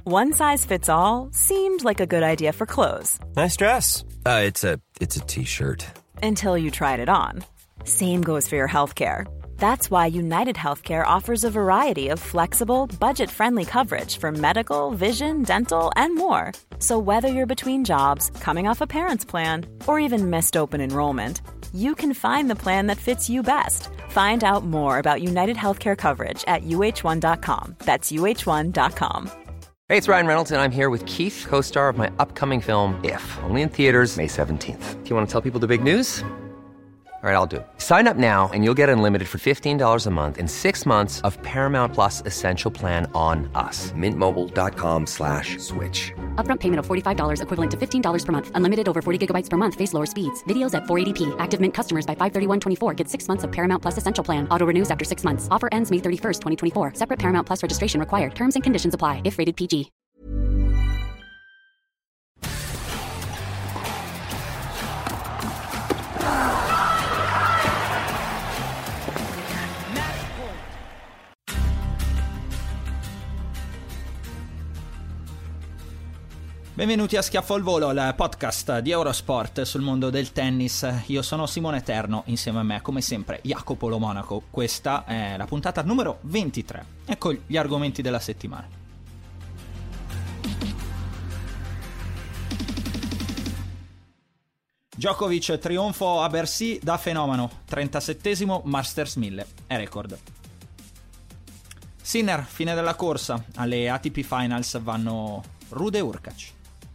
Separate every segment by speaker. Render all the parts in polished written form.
Speaker 1: One size fits all seemed like a good idea for clothes.
Speaker 2: Nice dress. It's a t-shirt.
Speaker 1: Until you tried it on. Same goes for your healthcare. That's why United Healthcare offers a variety of flexible, budget-friendly coverage for medical, vision, dental, and more. So whether you're between jobs, coming off a parent's plan, or even missed open enrollment, you can find the plan that fits you best. Find out more about United Healthcare coverage at uh1.com. That's uh1.com.
Speaker 3: Hey, it's Ryan Reynolds, and I'm here with Keith, co-star of my upcoming film, If, only in theaters May 17th. Do you want to tell people the big news? All right, I'll do it. Sign up now and you'll get unlimited for $15 a month and 6 months of Paramount Plus Essential Plan on us. MintMobile.com/switch.
Speaker 4: Upfront payment of $45 equivalent to $15 per month. Unlimited over 40 gigabytes per month. Face lower speeds. Videos at 480p. Active Mint customers by 531.24 get 6 months of Paramount Plus Essential Plan. Auto renews after 6 months. Offer ends May 31st, 2024. Separate Paramount Plus registration required. Terms and conditions apply if rated PG.
Speaker 5: Benvenuti a Schiaffo al Volo, il podcast di Eurosport sul mondo del tennis. Io sono Simone Eterno, insieme a me, come sempre, Jacopo Lo Monaco. Questa è la puntata numero 23. Ecco gli argomenti della settimana. Djokovic trionfo a Bercy da fenomeno, 37esimo Masters 1000, è record. Sinner, fine della corsa, alle ATP Finals vanno Ruud e Hurkacz.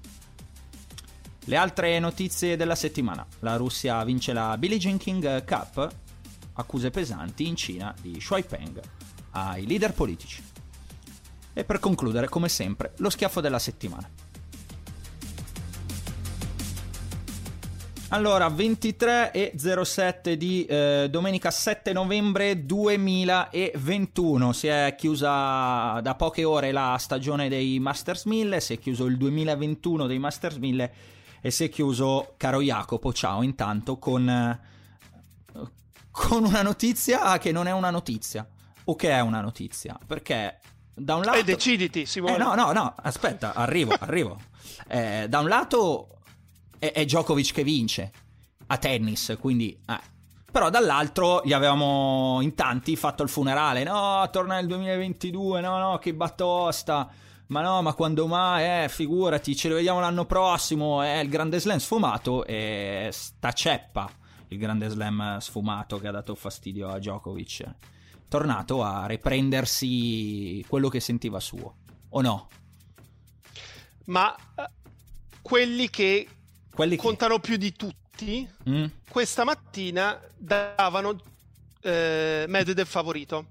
Speaker 5: Le altre notizie della settimana: la Russia vince la Billie Jean King Cup, accuse pesanti in Cina di Shuai Peng ai leader politici. E per concludere, come sempre, lo schiaffo della settimana. Allora, 23:07 di domenica 7 novembre 2021. Si è chiusa da poche ore la stagione dei Masters 1000, si è chiuso il 2021 dei Masters 1000 e si è chiuso, caro Jacopo, ciao, intanto con una notizia che non è una notizia, o che è una notizia, perché da un lato...
Speaker 6: deciditi, Simone.
Speaker 5: No, aspetta, arrivo. Da un lato è Djokovic che vince a tennis, quindi... Però dall'altro gli avevamo in tanti fatto il funerale. No, torna nel 2022, no, che batosta. Ma no, ma quando mai? Figurati, ce lo vediamo l'anno prossimo. È il Grande Slam sfumato e sta ceppa, il Grande Slam sfumato che ha dato fastidio a Djokovic. Tornato a riprendersi quello che sentiva suo, o no?
Speaker 6: Ma quelli che contano più di tutti, questa mattina davano Medvedev favorito.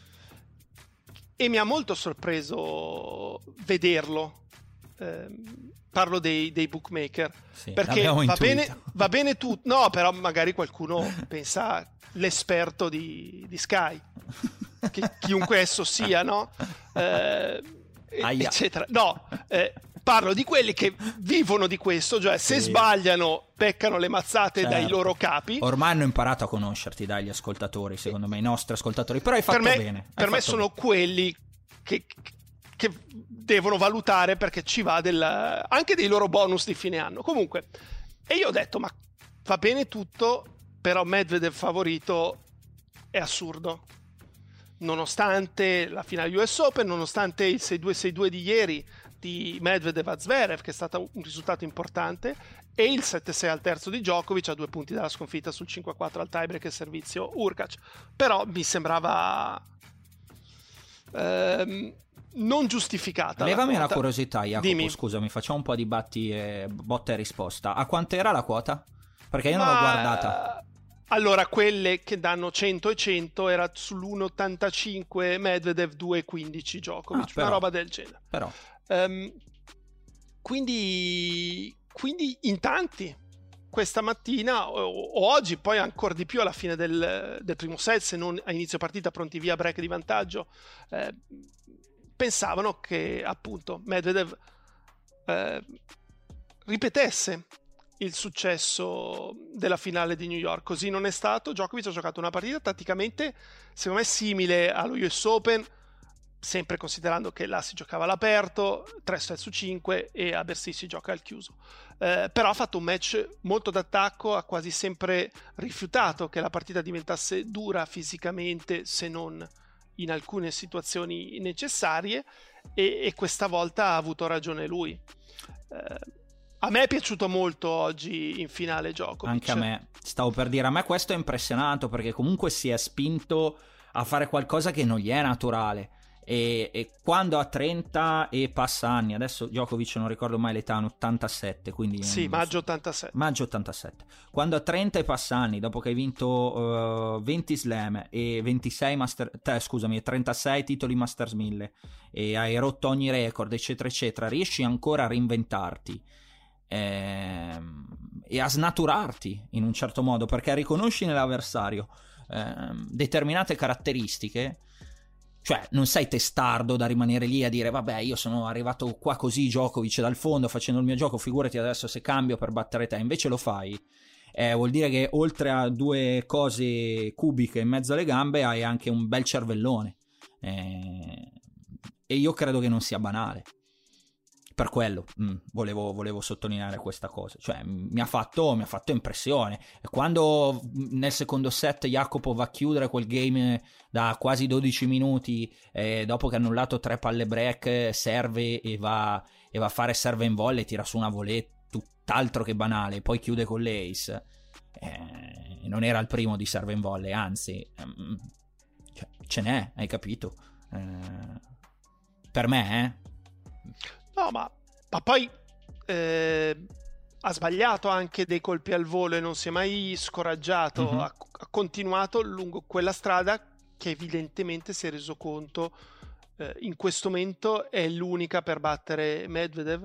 Speaker 6: E mi ha molto sorpreso vederlo. Parlo dei bookmaker. Sì, perché va bene tutto. No, però magari qualcuno pensa l'esperto di Sky, che chiunque esso sia, no? Eccetera. No, parlo di quelli che vivono di questo, cioè se sbagliano peccano le mazzate dai loro capi.
Speaker 5: Ormai hanno imparato a conoscerti, dai, gli ascoltatori, secondo me, i nostri ascoltatori. Però hai fatto bene.
Speaker 6: Per me sono quelli che devono valutare, perché ci va anche dei loro bonus di fine anno. Comunque, e io ho detto, ma va bene tutto, però Medvedev favorito è assurdo. Nonostante la finale US Open, nonostante il 6-2-6-2 di ieri di Medvedev a Zverev, che è stato un risultato importante, e il 7-6 al terzo di Djokovic a 2 punti dalla sconfitta sul 5-4 al tiebreak e servizio Hurkacz. Però mi sembrava non giustificata.
Speaker 5: Levami una curiosità, Jacopo.
Speaker 6: Dimmi.
Speaker 5: Scusami, facciamo un po' di botta e risposta. A quanto era la quota? Perché io non l'ho guardata.
Speaker 6: Allora, quelle che danno 100 e 100 era sull'1,85 Medvedev, 2,15 Djokovic, una roba del genere.
Speaker 5: Però
Speaker 6: quindi in tanti questa mattina o oggi, poi ancora di più alla fine del primo set, se non a inizio partita pronti via break di vantaggio, pensavano che appunto Medvedev ripetesse il successo della finale di New York. Così non è stato. Djokovic ha giocato una partita tatticamente secondo me simile allo US Open, sempre considerando che là si giocava all'aperto, 3 set su 5 e a Bercy si gioca al chiuso. Però ha fatto un match molto d'attacco, ha quasi sempre rifiutato che la partita diventasse dura fisicamente, se non in alcune situazioni necessarie, e questa volta ha avuto ragione lui. A me è piaciuto molto oggi in finale Djokovic.
Speaker 5: Anche a me, stavo per dire, a me questo è impressionato, perché comunque si è spinto a fare qualcosa che non gli è naturale. E quando ha 30 e passa anni, adesso Djokovic non ricordo mai l'età, 87, quindi
Speaker 6: sì, maggio 87.
Speaker 5: Quando ha 30 e passa anni, dopo che hai vinto 20 slam e 26 e 36 titoli Masters 1000 e hai rotto ogni record, eccetera eccetera, riesci ancora a reinventarti e a snaturarti in un certo modo, perché riconosci nell'avversario determinate caratteristiche. Cioè, non sei testardo da rimanere lì a dire vabbè, io sono arrivato qua così, Djokovic, dal fondo, facendo il mio gioco, figurati adesso se cambio per battere te. Invece lo fai. Vuol dire che oltre a 2 cose cubiche in mezzo alle gambe hai anche un bel cervellone. E io credo che non sia banale. Per quello volevo sottolineare questa cosa. Cioè, mi ha fatto impressione. Quando nel secondo set Jacopo va a chiudere quel game da quasi 12 minuti, dopo che ha annullato 3 palle break, serve e va a fare serve in volley, tira su una volée tutt'altro che banale, poi chiude con l'ace. Non era il primo di serve in volley, anzi, cioè, ce n'è, hai capito? Per me,
Speaker 6: No, ma poi ha sbagliato anche dei colpi al volo e non si è mai scoraggiato.
Speaker 5: Mm-hmm.
Speaker 6: Ha continuato lungo quella strada che evidentemente si è reso conto in questo momento è l'unica per battere Medvedev.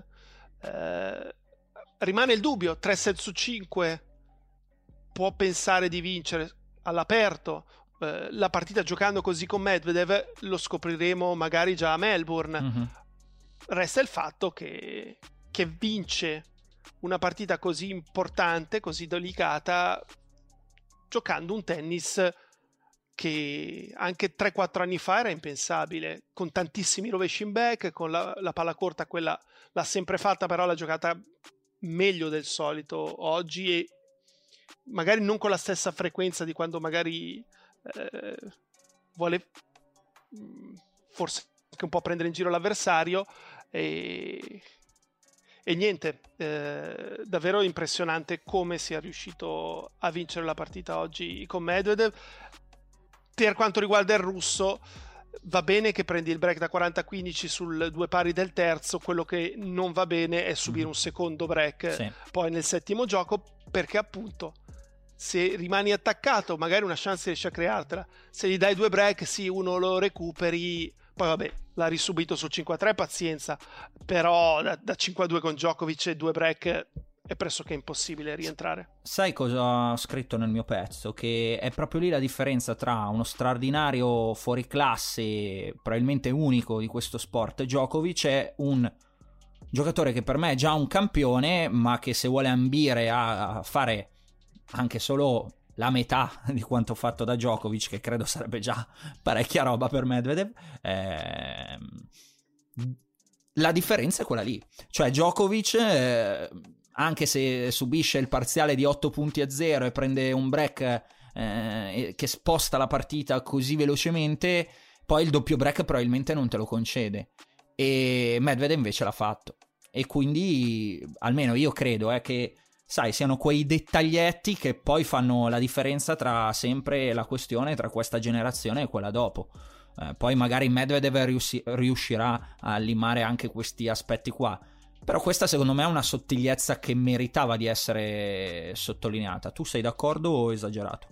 Speaker 6: Rimane il dubbio, 3 set su 5 può pensare di vincere all'aperto. La partita giocando così con Medvedev lo scopriremo magari già a Melbourne.
Speaker 5: Mm-hmm.
Speaker 6: Resta il fatto che vince una partita così importante, così delicata, giocando un tennis che anche 3-4 anni fa era impensabile, con tantissimi rovesci in back, con la palla corta, quella l'ha sempre fatta, però l'ha giocata meglio del solito oggi, e magari non con la stessa frequenza di quando magari vuole forse anche un po' prendere in giro l'avversario. E niente, davvero impressionante come sia riuscito a vincere la partita oggi con Medvedev. Per quanto riguarda il russo, va bene che prendi il break da 40-15 sul 2 pari del terzo, quello che non va bene è subire un secondo break, sì, poi nel settimo gioco, perché appunto se rimani attaccato magari una chance riesci a creartela, se gli dai 2 break sì, uno lo recuperi, poi vabbè, l'ha risubito sul 5-3, pazienza, però da 5-2 con Djokovic e 2 break è pressoché impossibile rientrare.
Speaker 5: Sai cosa ho scritto nel mio pezzo? Che è proprio lì la differenza tra uno straordinario fuoriclasse, probabilmente unico di questo sport, Djokovic, è un giocatore che per me è già un campione, ma che se vuole ambire a fare anche solo la metà di quanto fatto da Djokovic, che credo sarebbe già parecchia roba per Medvedev, la differenza è quella lì. Cioè Djokovic, anche se subisce il parziale di 8-0 e prende un break che sposta la partita così velocemente, poi il doppio break probabilmente non te lo concede, e Medvedev invece l'ha fatto. E quindi almeno io credo che, sai, siano quei dettaglietti che poi fanno la differenza tra sempre la questione tra questa generazione e quella dopo. Poi magari Medvedev riuscirà a limare anche questi aspetti qua, però questa secondo me è una sottigliezza che meritava di essere sottolineata. Tu sei d'accordo o esagerato?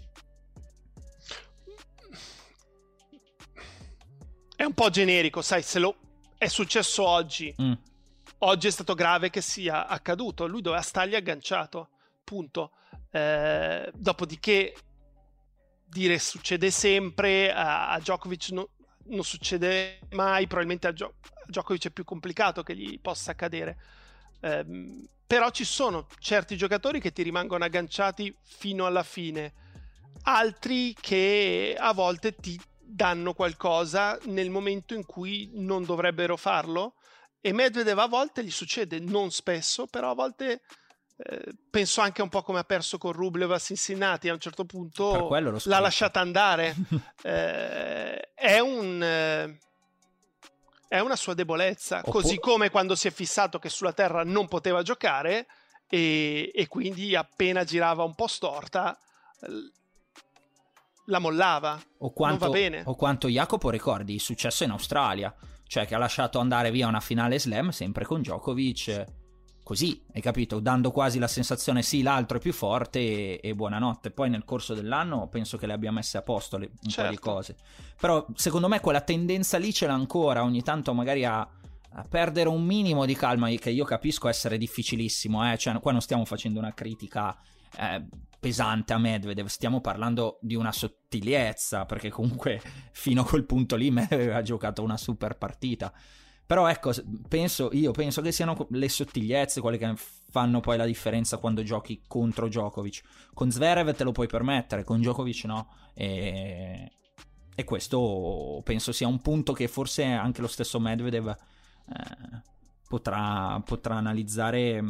Speaker 6: È un po' generico, sai, se lo è successo oggi. Oggi è stato grave che sia accaduto, lui doveva stargli agganciato, punto. Dopodiché dire succede sempre, a Djokovic non succede mai, probabilmente a Djokovic è più complicato che gli possa accadere, però ci sono certi giocatori che ti rimangono agganciati fino alla fine, altri che a volte ti danno qualcosa nel momento in cui non dovrebbero farlo, e Medvedev a volte gli succede, non spesso, però a volte penso anche un po' come ha perso con Rublev a Cincinnati, a un certo punto l'ha lasciata andare. È una sua debolezza, così come quando si è fissato che sulla terra non poteva giocare e quindi appena girava un po' storta la mollava. Non va bene.
Speaker 5: O quanto Jacopo ricordi il successo in Australia, cioè che ha lasciato andare via una finale slam sempre con Djokovic, così, hai capito, dando quasi la sensazione sì, l'altro è più forte e buonanotte. Poi nel corso dell'anno penso che le abbia messe a posto un po' di cose, però secondo me quella tendenza lì ce l'ha ancora, ogni tanto magari a perdere un minimo di calma, che io capisco essere difficilissimo, cioè qua non stiamo facendo una critica pesante a Medvedev, stiamo parlando di una sottigliezza, perché comunque fino a quel punto lì Medvedev ha giocato una super partita. Però ecco, penso che siano le sottigliezze quelle che fanno poi la differenza quando giochi contro Djokovic. Con Zverev te lo puoi permettere, con Djokovic no. E questo penso sia un punto che forse anche lo stesso Medvedev potrà analizzare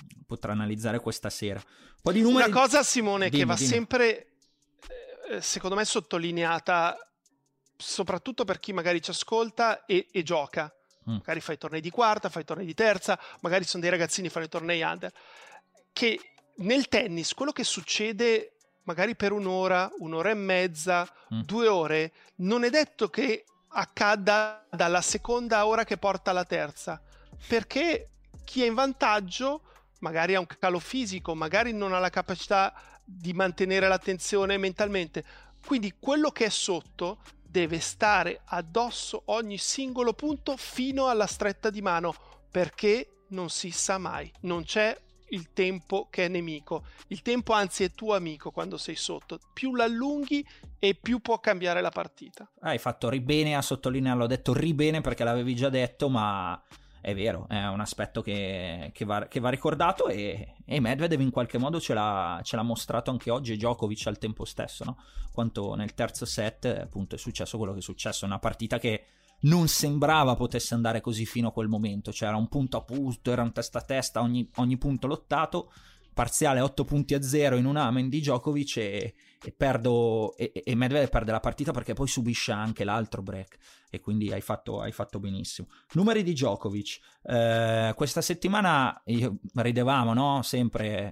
Speaker 5: questa sera. Un po' di numeri.
Speaker 6: Una cosa, Simone, che va sempre secondo me sottolineata, soprattutto per chi magari ci ascolta e gioca. Magari fai tornei di quarta, fai tornei di terza, magari sono dei ragazzini che fanno i tornei under, che nel tennis quello che succede magari per un'ora e mezza, 2 ore, non è detto che accada dalla seconda ora che porta alla terza, perché chi è in vantaggio magari ha un calo fisico, magari non ha la capacità di mantenere l'attenzione mentalmente, quindi quello che è sotto deve stare addosso ogni singolo punto fino alla stretta di mano, perché non si sa mai, non c'è il tempo che è nemico, il tempo anzi è tuo amico quando sei sotto, più l'allunghi e più può cambiare la partita.
Speaker 5: Hai fatto ribene a sottolinearlo, ho detto ribene perché l'avevi già detto, ma è vero, è un aspetto che va ricordato, e Medvedev in qualche modo ce l'ha mostrato anche oggi, e Djokovic al tempo stesso, no? Quanto nel terzo set appunto è successo quello che è successo, una partita che non sembrava potesse andare così fino a quel momento, cioè era un punto a punto, era un testa a testa, ogni punto lottato, parziale 8-0 in un amen di Djokovic e Medvedev perde la partita perché poi subisce anche l'altro break, e quindi hai fatto benissimo. Numeri di Djokovic, questa settimana ridevamo, no? Sempre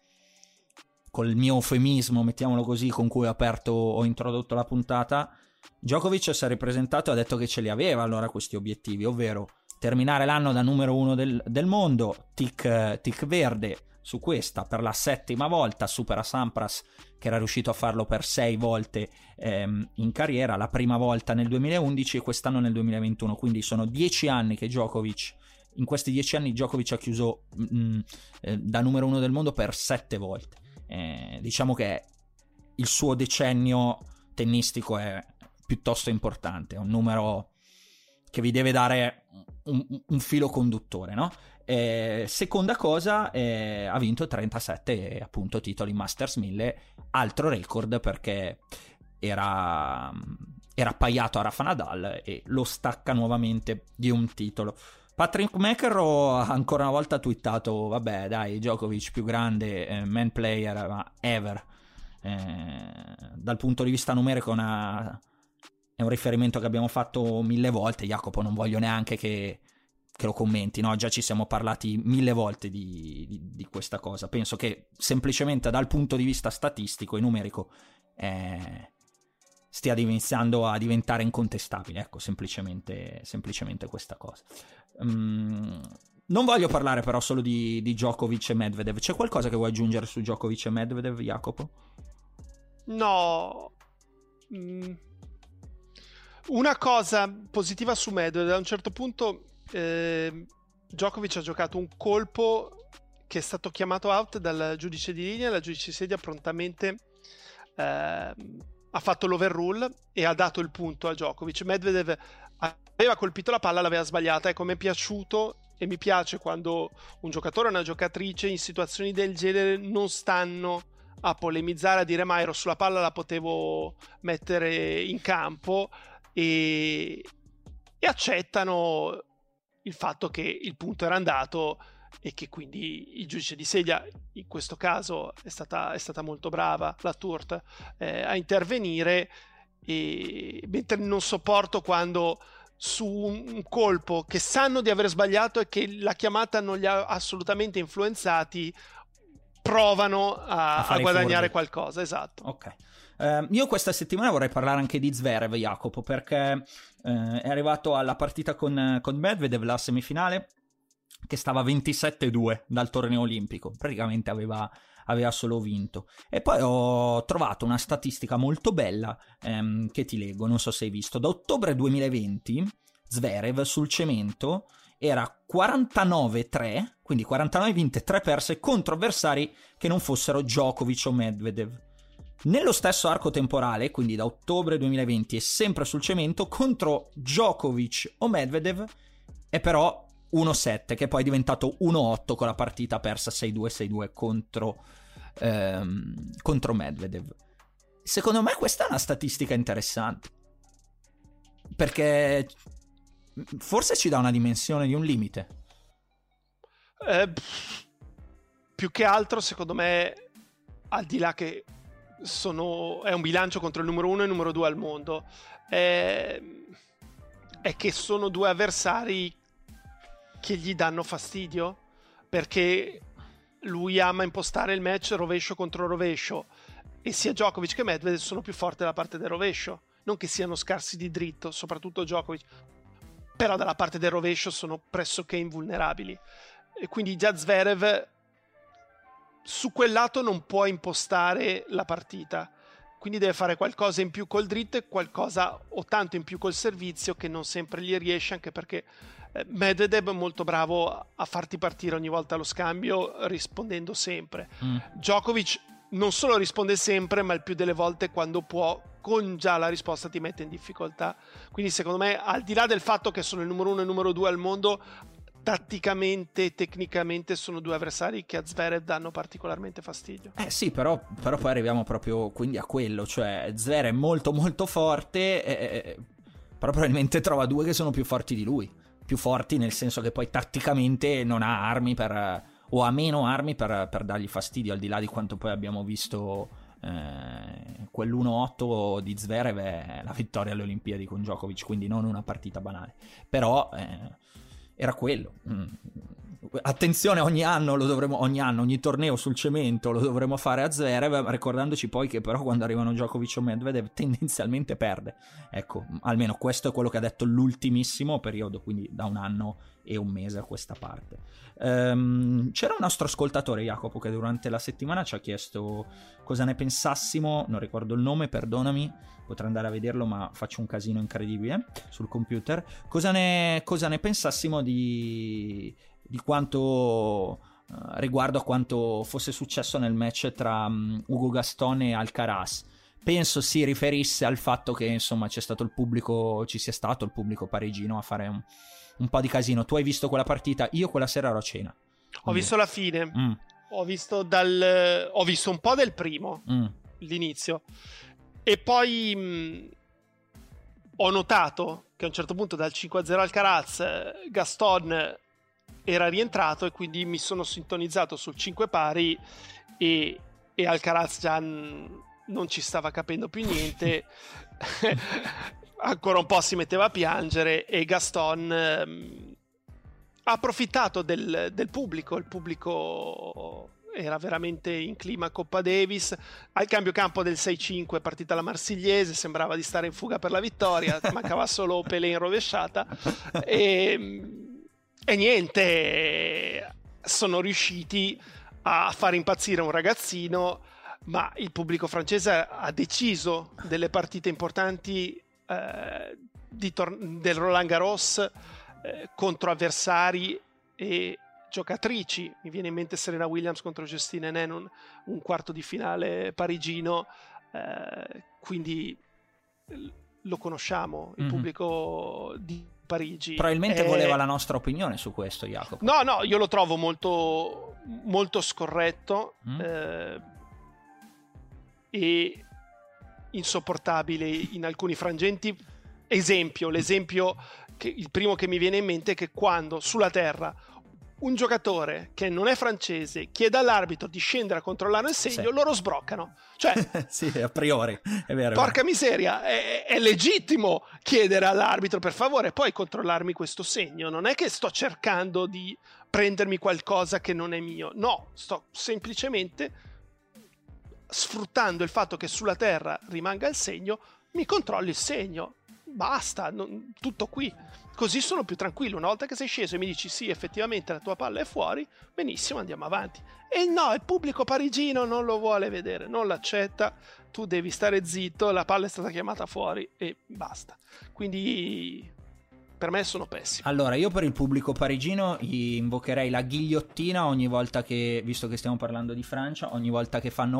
Speaker 5: col mio eufemismo, mettiamolo così, con cui ho introdotto la puntata. Djokovic si è ripresentato e ha detto che ce li aveva allora questi obiettivi, ovvero terminare l'anno da numero 1 del mondo, tic verde su questa per la 7ª volta, supera Sampras che era riuscito a farlo per 6 volte in carriera, la prima volta nel 2011 e quest'anno nel 2021, quindi sono 10 anni che in questi 10 anni Djokovic ha chiuso da numero 1 del mondo per 7 volte. Diciamo che il suo decennio tennistico è piuttosto importante, è un numero che vi deve dare un filo conduttore, no? Seconda cosa, ha vinto 37 appunto titoli Masters 1000, altro record perché era appaiato a Rafa Nadal e lo stacca nuovamente di un titolo. Patrick McEnroe ancora una volta ha twittato: vabbè dai, Djokovic più grande man player ever, dal punto di vista numerico è un riferimento che abbiamo fatto 1000 volte. Jacopo, non voglio neanche che lo commenti, no? Già ci siamo parlati 1000 volte di questa cosa. Penso che semplicemente dal punto di vista statistico e numerico stia iniziando a diventare incontestabile, ecco, semplicemente questa cosa. Non voglio parlare però solo di Djokovic e Medvedev. C'è qualcosa che vuoi aggiungere su Djokovic e Medvedev, Jacopo?
Speaker 6: No. Una cosa positiva su Medvedev: a un certo punto Djokovic ha giocato un colpo che è stato chiamato out dal giudice di linea, la giudice sedia prontamente ha fatto l'overrule e ha dato il punto a Djokovic. Medvedev aveva colpito la palla, l'aveva sbagliata. Ecco, mi è piaciuto e mi piace quando un giocatore o una giocatrice in situazioni del genere non stanno a polemizzare, a dire ma ero sulla palla, la potevo mettere in campo, e accettano il fatto che il punto era andato e che quindi il giudice di sedia, in questo caso è stata molto brava la Tourt a intervenire, e mentre non sopporto quando su un colpo che sanno di aver sbagliato e che la chiamata non li ha assolutamente influenzati provano a guadagnare qualcosa. Esatto.
Speaker 5: Ok. Io questa settimana vorrei parlare anche di Zverev, Jacopo, perché è arrivato alla partita con Medvedev, la semifinale, che stava 27-2 dal torneo olimpico, praticamente aveva solo vinto. E poi ho trovato una statistica molto bella che ti leggo, non so se hai visto. Da ottobre 2020 Zverev sul cemento era 49-3, quindi 49 vinte, 3 perse contro avversari che non fossero Djokovic o Medvedev. Nello stesso arco temporale, quindi da ottobre 2020 e sempre sul cemento, contro Djokovic o Medvedev è però 1-7, che poi è diventato 1-8 con la partita persa 6-2 contro Medvedev. Secondo me questa è una statistica interessante, perché forse ci dà una dimensione di un limite.
Speaker 6: Più che altro, secondo me, al di là che è un bilancio contro il numero 1 e il numero 2 al mondo, è che sono due avversari che gli danno fastidio, perché lui ama impostare il match rovescio contro rovescio, e sia Djokovic che Medvedev sono più forti dalla parte del rovescio, non che siano scarsi di dritto, soprattutto Djokovic, però dalla parte del rovescio sono pressoché invulnerabili, e quindi già Zverev su quel lato non può impostare la partita, quindi deve fare qualcosa in più col dritto e qualcosa o tanto in più col servizio, che non sempre gli riesce, anche perché Medvedev è molto bravo a farti partire ogni volta lo scambio rispondendo sempre. Djokovic non solo risponde sempre, ma il più delle volte quando può, con già la risposta ti mette in difficoltà. Quindi secondo me, al di là del fatto che sono il numero 1 e il numero 2 al mondo, tatticamente e tecnicamente sono due avversari che a Zverev danno particolarmente fastidio.
Speaker 5: Sì, però poi arriviamo proprio quindi a quello, cioè Zverev è molto molto forte, però probabilmente trova due che sono più forti di lui, più forti nel senso che poi tatticamente non ha armi o ha meno armi per dargli fastidio, al di là di quanto poi abbiamo visto quell'1-8 di Zverev è la vittoria alle Olimpiadi con Djokovic, quindi non una partita banale, però era quello. Attenzione, ogni torneo sul cemento lo dovremo fare a Zverev, ricordandoci poi che però quando arrivano Djokovic o Medvedev tendenzialmente perde. Ecco, almeno questo è quello che ha detto l'ultimissimo periodo, quindi da 1 anno e 1 mese a questa parte. C'era un nostro ascoltatore, Jacopo, che durante la settimana ci ha chiesto cosa ne pensassimo, non ricordo il nome, perdonami, potrei andare a vederlo ma faccio un casino incredibile sul computer, cosa ne pensassimo di quanto riguardo a quanto fosse successo nel match tra Ugo Gaston e Alcaraz. Penso si riferisse al fatto che insomma ci sia stato il pubblico parigino a fare un po' di casino. Tu hai visto quella partita? Io quella sera ero a cena.
Speaker 6: Ho visto la fine. Ho visto un po' del primo, l'inizio, e poi ho notato che a un certo punto dal 5-0 Alcaraz Gaston era rientrato, e quindi mi sono sintonizzato sul 5 pari e Alcaraz già non ci stava capendo più niente. Ancora un po' si metteva a piangere, e Gaston ha approfittato del pubblico. Il pubblico era veramente in clima Coppa Davis. Al cambio campo del 6-5 è partita la Marsigliese, sembrava di stare in fuga per la vittoria, mancava solo Pelé in rovesciata, e niente, sono riusciti a far impazzire un ragazzino, ma il pubblico francese ha deciso delle partite importanti del Roland Garros contro avversari e giocatrici. Mi viene in mente Serena Williams contro Justine Henin, un quarto di finale parigino, quindi lo conosciamo, il pubblico di Parigi.
Speaker 5: Probabilmente voleva la nostra opinione su questo, Jacopo.
Speaker 6: No, io lo trovo molto, molto scorretto. e insopportabile in alcuni frangenti. L'esempio il primo che mi viene in mente è che quando sulla terra un giocatore che non è francese chiede all'arbitro di scendere a controllare il segno, loro sbroccano. Cioè,
Speaker 5: sì, a priori, è vero.
Speaker 6: Porca miseria, è legittimo chiedere all'arbitro per favore, puoi controllarmi questo segno? Non è che sto cercando di prendermi qualcosa che non è mio. No, sto semplicemente sfruttando il fatto che sulla terra rimanga il segno, mi controlli il segno. Basta, tutto qui. Così sono più tranquillo. Una volta che sei sceso e mi dici sì, effettivamente la tua palla è fuori, benissimo, andiamo avanti. E no, il pubblico parigino non lo vuole vedere, non l'accetta, tu devi stare zitto, la palla è stata chiamata fuori e basta. Quindi per me sono pessimi.
Speaker 5: Allora, io per il pubblico parigino gli invocherei la ghigliottina ogni volta che, visto che stiamo parlando di Francia, ogni volta che fanno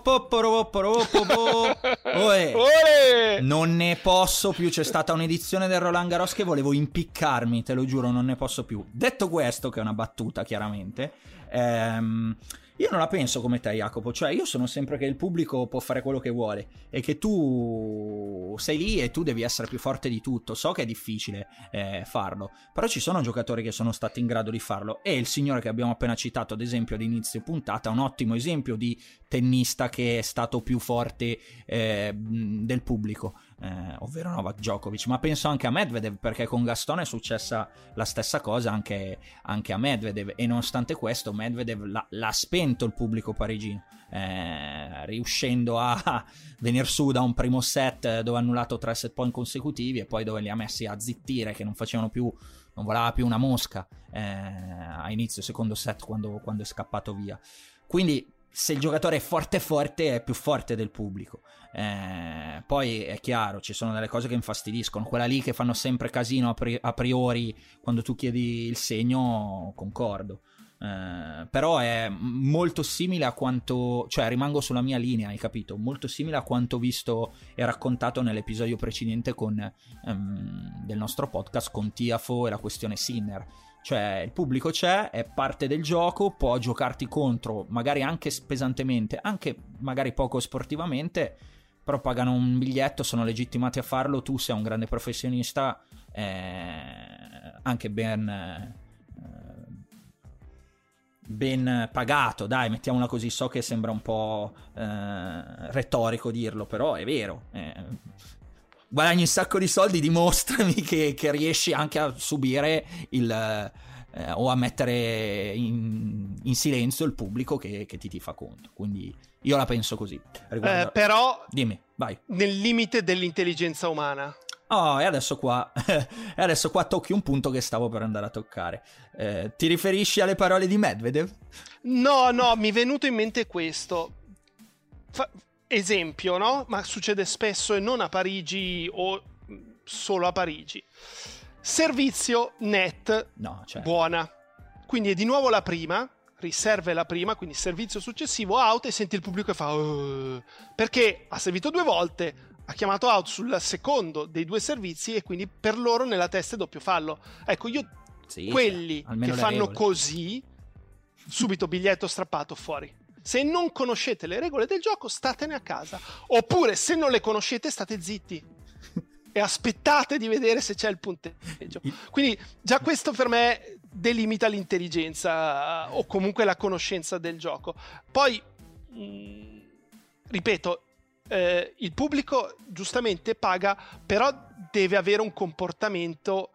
Speaker 5: non ne posso più. C'è stata un'edizione del Roland Garros che volevo impiccarmi, te lo giuro, non ne posso più. Detto questo, che è una battuta chiaramente, io non la penso come te, Jacopo. Cioè, io sono sempre che il pubblico può fare quello che vuole e che tu sei lì e tu devi essere più forte di tutto. So che è difficile farlo, però ci sono giocatori che sono stati in grado di farlo, e il signore che abbiamo appena citato ad esempio ad inizio puntata è un ottimo esempio di tennista che è stato più forte del pubblico, ovvero Novak Djokovic. Ma penso anche a Medvedev, perché con Gaston è successa la stessa cosa anche a Medvedev, e nonostante questo Medvedev l'ha spento il pubblico parigino, riuscendo a venire su da un primo set dove ha annullato 3 set point consecutivi e poi dove li ha messi a zittire, che non volava più una mosca a inizio secondo set quando è scappato via. Quindi se il giocatore è forte è più forte del pubblico. Poi è chiaro, ci sono delle cose che infastidiscono, quella lì che fanno sempre casino a priori quando tu chiedi il segno, concordo. Però è molto simile a quanto, cioè rimango sulla mia linea, hai capito? Molto simile a quanto visto e raccontato nell'episodio precedente del nostro podcast con Tiafo e la questione Sinner. Cioè il pubblico c'è, è parte del gioco, può giocarti contro, magari anche pesantemente, anche magari poco sportivamente, però pagano un biglietto, sono legittimati a farlo. Tu sei un grande professionista, anche ben pagato, dai, mettiamola così. So che sembra un po' retorico dirlo, però è vero. Guadagni un sacco di soldi, dimostrami che riesci anche a subire o a mettere in silenzio il pubblico che ti tifa contro. Quindi io la penso così.
Speaker 6: Però
Speaker 5: dimmi, vai.
Speaker 6: Nel limite dell'intelligenza umana.
Speaker 5: Oh, e adesso qua tocchi un punto che stavo per andare a toccare. Ti riferisci alle parole di Medvedev?
Speaker 6: No, mi è venuto in mente questo. Esempio, no? Ma succede spesso e non a Parigi o solo a Parigi. Servizio net,
Speaker 5: no, certo.
Speaker 6: Buona. Quindi è di nuovo la prima, riserve la prima, quindi servizio successivo, out, e senti il pubblico che fa perché ha servito 2 volte, ha chiamato out sul secondo dei 2 servizi e quindi per loro nella testa è doppio fallo. Ecco, quelli che fanno così, subito biglietto strappato fuori. Se non conoscete le regole del gioco, statene a casa. Oppure, se non le conoscete, state zitti e aspettate di vedere se c'è il punteggio. Quindi già questo per me delimita l'intelligenza o comunque la conoscenza del gioco. Poi, ripeto, il pubblico giustamente paga, però deve avere un comportamento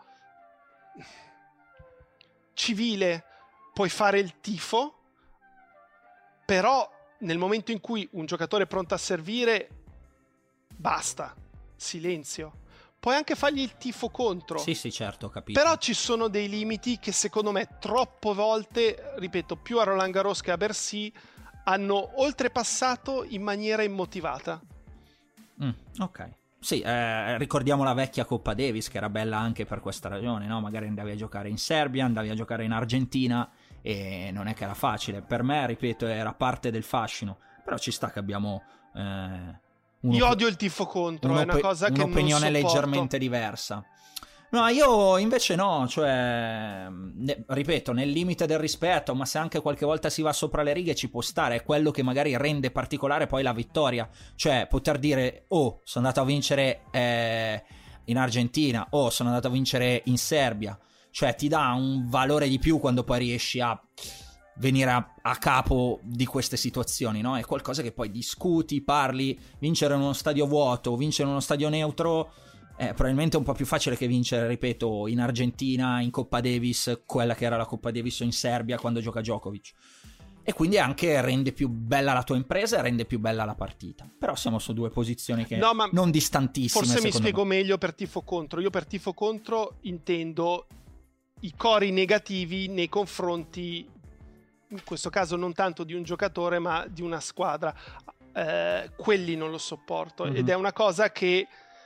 Speaker 6: civile. Puoi fare il tifo, però nel momento in cui un giocatore è pronto a servire, basta, silenzio. Puoi anche fargli il tifo contro.
Speaker 5: Sì, certo, ho capito.
Speaker 6: Però ci sono dei limiti che secondo me troppe volte, ripeto, più a Roland Garros che a Bercy, hanno oltrepassato in maniera immotivata.
Speaker 5: Ok. Sì, ricordiamo la vecchia Coppa Davis, che era bella anche per questa ragione, no? Magari andavi a giocare in Serbia, andavi a giocare in Argentina, e non è che era facile. Per me, ripeto, era parte del fascino. Però ci sta che abbiamo
Speaker 6: io odio il tifo contro, è una cosa che non
Speaker 5: un'opinione
Speaker 6: sopporto.
Speaker 5: leggermente diversa. No, io invece no, cioè, ripeto, nel limite del rispetto, ma se anche qualche volta si va sopra le righe ci può stare, è quello che magari rende particolare poi la vittoria, cioè poter dire, oh, sono andato a vincere in Argentina, oh, sono andato a vincere in Serbia, cioè ti dà un valore di più quando poi riesci a venire a capo di queste situazioni, no? È qualcosa che poi discuti, parli, vincere in uno stadio vuoto, vincere in uno stadio neutro probabilmente è un po' più facile che vincere, ripeto, in Argentina, in Coppa Davis, quella che era la Coppa Davis, o in Serbia quando gioca Djokovic. E quindi anche rende più bella la tua impresa e rende più bella la partita. Però siamo su due posizioni che non distantissime.
Speaker 6: Forse mi spiego meglio per tifo contro. Io per tifo contro intendo i cori negativi nei confronti, in questo caso non tanto di un giocatore ma di una squadra. Quelli non lo sopporto, ed è una cosa che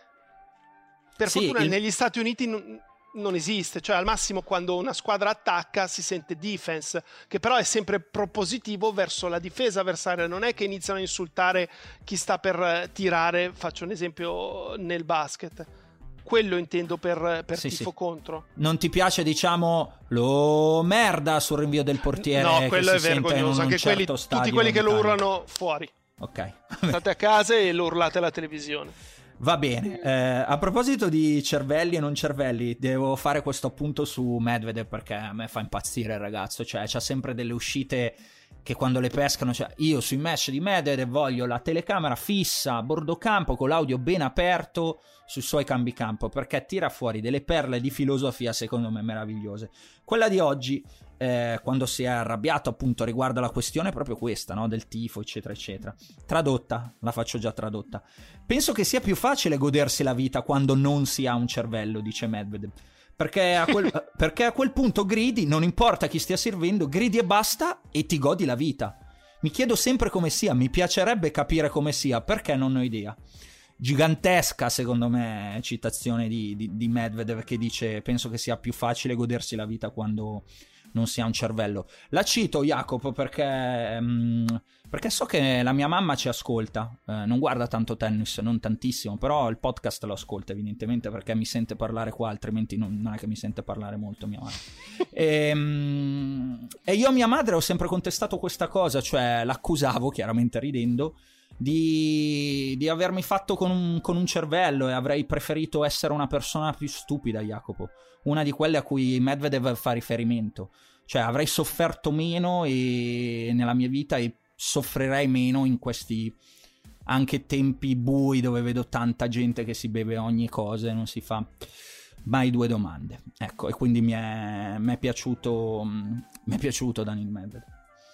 Speaker 6: per fortuna negli Stati Uniti non esiste, cioè al massimo quando una squadra attacca si sente defense, che però è sempre propositivo verso la difesa avversaria, non è che iniziano a insultare chi sta per tirare, faccio un esempio nel basket. Quello intendo per tifo contro. Non ti piace, diciamo, lo merda sul rinvio del portiere? No, quello è vergognoso, anche quelli, tutti quelli che lo urlano fuori. Ok. State a casa e lo urlate alla televisione.
Speaker 5: Va bene, a proposito di cervelli e non cervelli, devo fare questo appunto su Medvedev perché a me fa impazzire il ragazzo, cioè c'ha sempre delle uscite che quando le pescano, cioè io sui match di Medvedev voglio la telecamera fissa a bordo campo con l'audio ben aperto sui suoi cambi campo, perché tira fuori delle perle di filosofia secondo me meravigliose. Quella di oggi, quando si è arrabbiato appunto riguardo alla questione, è proprio questa, no? Del tifo eccetera eccetera. Tradotta, la faccio già tradotta. Penso che sia più facile godersi la vita quando non si ha un cervello, dice Medvedev, perché a quel punto gridi, non importa chi stia servendo, gridi e basta e ti godi la vita. Mi chiedo sempre come sia, mi piacerebbe capire come sia, perché non ho idea. Gigantesca secondo me citazione di Medvedev che dice penso che sia più facile godersi la vita quando non si ha un cervello. La cito, Jacopo, perché so che la mia mamma ci ascolta, non guarda tanto tennis, non tantissimo, però il podcast lo ascolta evidentemente perché mi sente parlare qua, altrimenti non è che mi sente parlare molto mia madre. E io a mia madre ho sempre contestato questa cosa, cioè l'accusavo, chiaramente ridendo, di avermi fatto con un cervello, e avrei preferito essere una persona più stupida, Jacopo, una di quelle a cui Medvedev fa riferimento, cioè avrei sofferto meno e nella mia vita e soffrirei meno in questi anche tempi bui dove vedo tanta gente che si beve ogni cosa e non si fa mai due domande, ecco. E quindi mi è piaciuto Daniil Medvedev.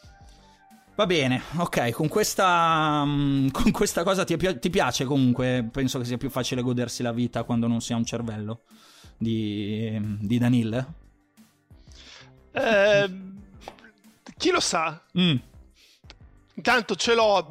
Speaker 5: Va bene, ok, con questa cosa ti piace comunque? Penso che sia più facile godersi la vita quando non si ha un cervello di Daniil?
Speaker 6: Chi lo sa? Intanto ce l'ho,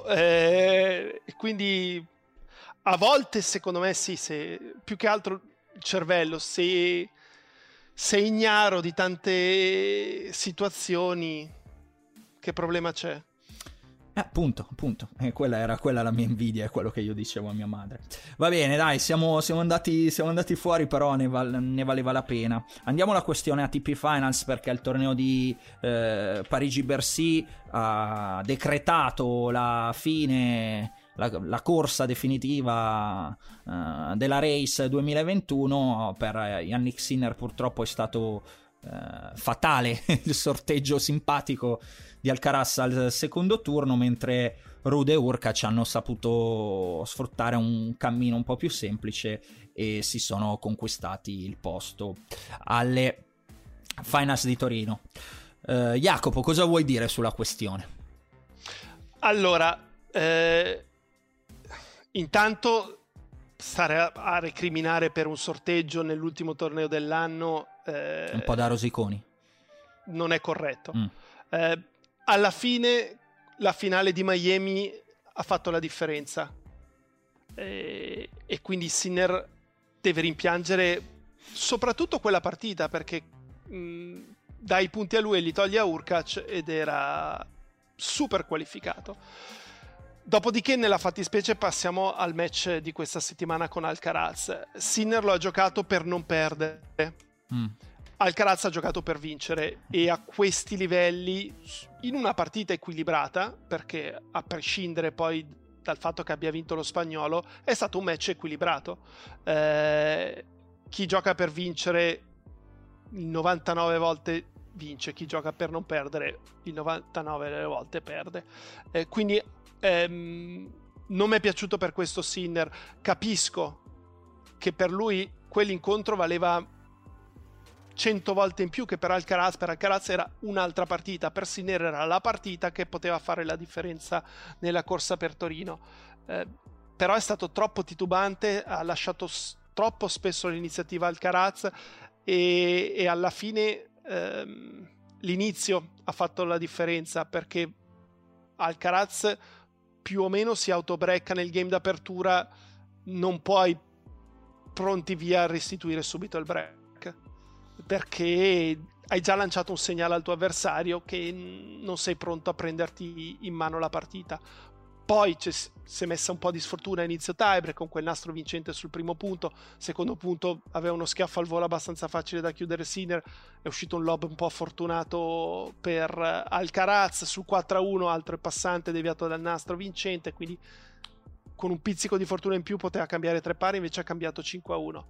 Speaker 6: quindi a volte secondo me sì, se più che altro il cervello, se sei ignaro di tante situazioni, che problema c'è?
Speaker 5: Appunto, quella era la mia invidia, è quello che io dicevo a mia madre. Va bene, dai, siamo andati fuori, però ne valeva la pena. Andiamo alla questione ATP Finals, perché il torneo di Parigi-Bercy ha decretato la fine, la corsa definitiva della Race 2021. Per Jannik Sinner purtroppo è stato fatale il sorteggio simpatico di Alcaraz al secondo turno, mentre Ruud e Hurkacz hanno saputo sfruttare un cammino un po' più semplice e si sono conquistati il posto alle Finals di Torino. Jacopo, cosa vuoi dire sulla questione?
Speaker 6: Allora, intanto stare a recriminare per un sorteggio nell'ultimo torneo dell'anno
Speaker 5: un po' da rosiconi,
Speaker 6: non è corretto. Alla fine la finale di Miami ha fatto la differenza, e quindi Sinner deve rimpiangere soprattutto quella partita, perché dai punti a lui e li toglie a Hurkacz ed era super qualificato. Dopodiché nella fattispecie passiamo al match di questa settimana con Alcaraz. Sinner lo ha giocato per non perdere, Alcaraz ha giocato per vincere, e a questi livelli, in una partita equilibrata, perché a prescindere poi dal fatto che abbia vinto lo spagnolo, è stato un match equilibrato. Chi gioca per vincere il 99 volte vince, chi gioca per non perdere il 99 volte perde. Quindi non mi è piaciuto per questo Sinner. Capisco che per lui quell'incontro valeva 100 volte in più che per Alcaraz. Per Alcaraz era un'altra partita, per Sinner era la partita che poteva fare la differenza nella corsa per Torino. Però è stato troppo titubante, ha lasciato troppo spesso l'iniziativa Alcaraz, e alla fine l'inizio ha fatto la differenza, perché Alcaraz più o meno si autobrecca nel game d'apertura, non puoi pronti via a restituire subito il break, perché hai già lanciato un segnale al tuo avversario che non sei pronto a prenderti in mano la partita. Poi si è messa un po' di sfortuna a inizio tiebreak con quel nastro vincente sul primo punto. Secondo punto aveva uno schiaffo al volo abbastanza facile da chiudere Sinner, è uscito un lob un po' fortunato per Alcaraz. Sul 4-1 altro passante deviato dal nastro vincente, quindi con un pizzico di fortuna in più poteva cambiare 3 pari, invece ha cambiato 5-1.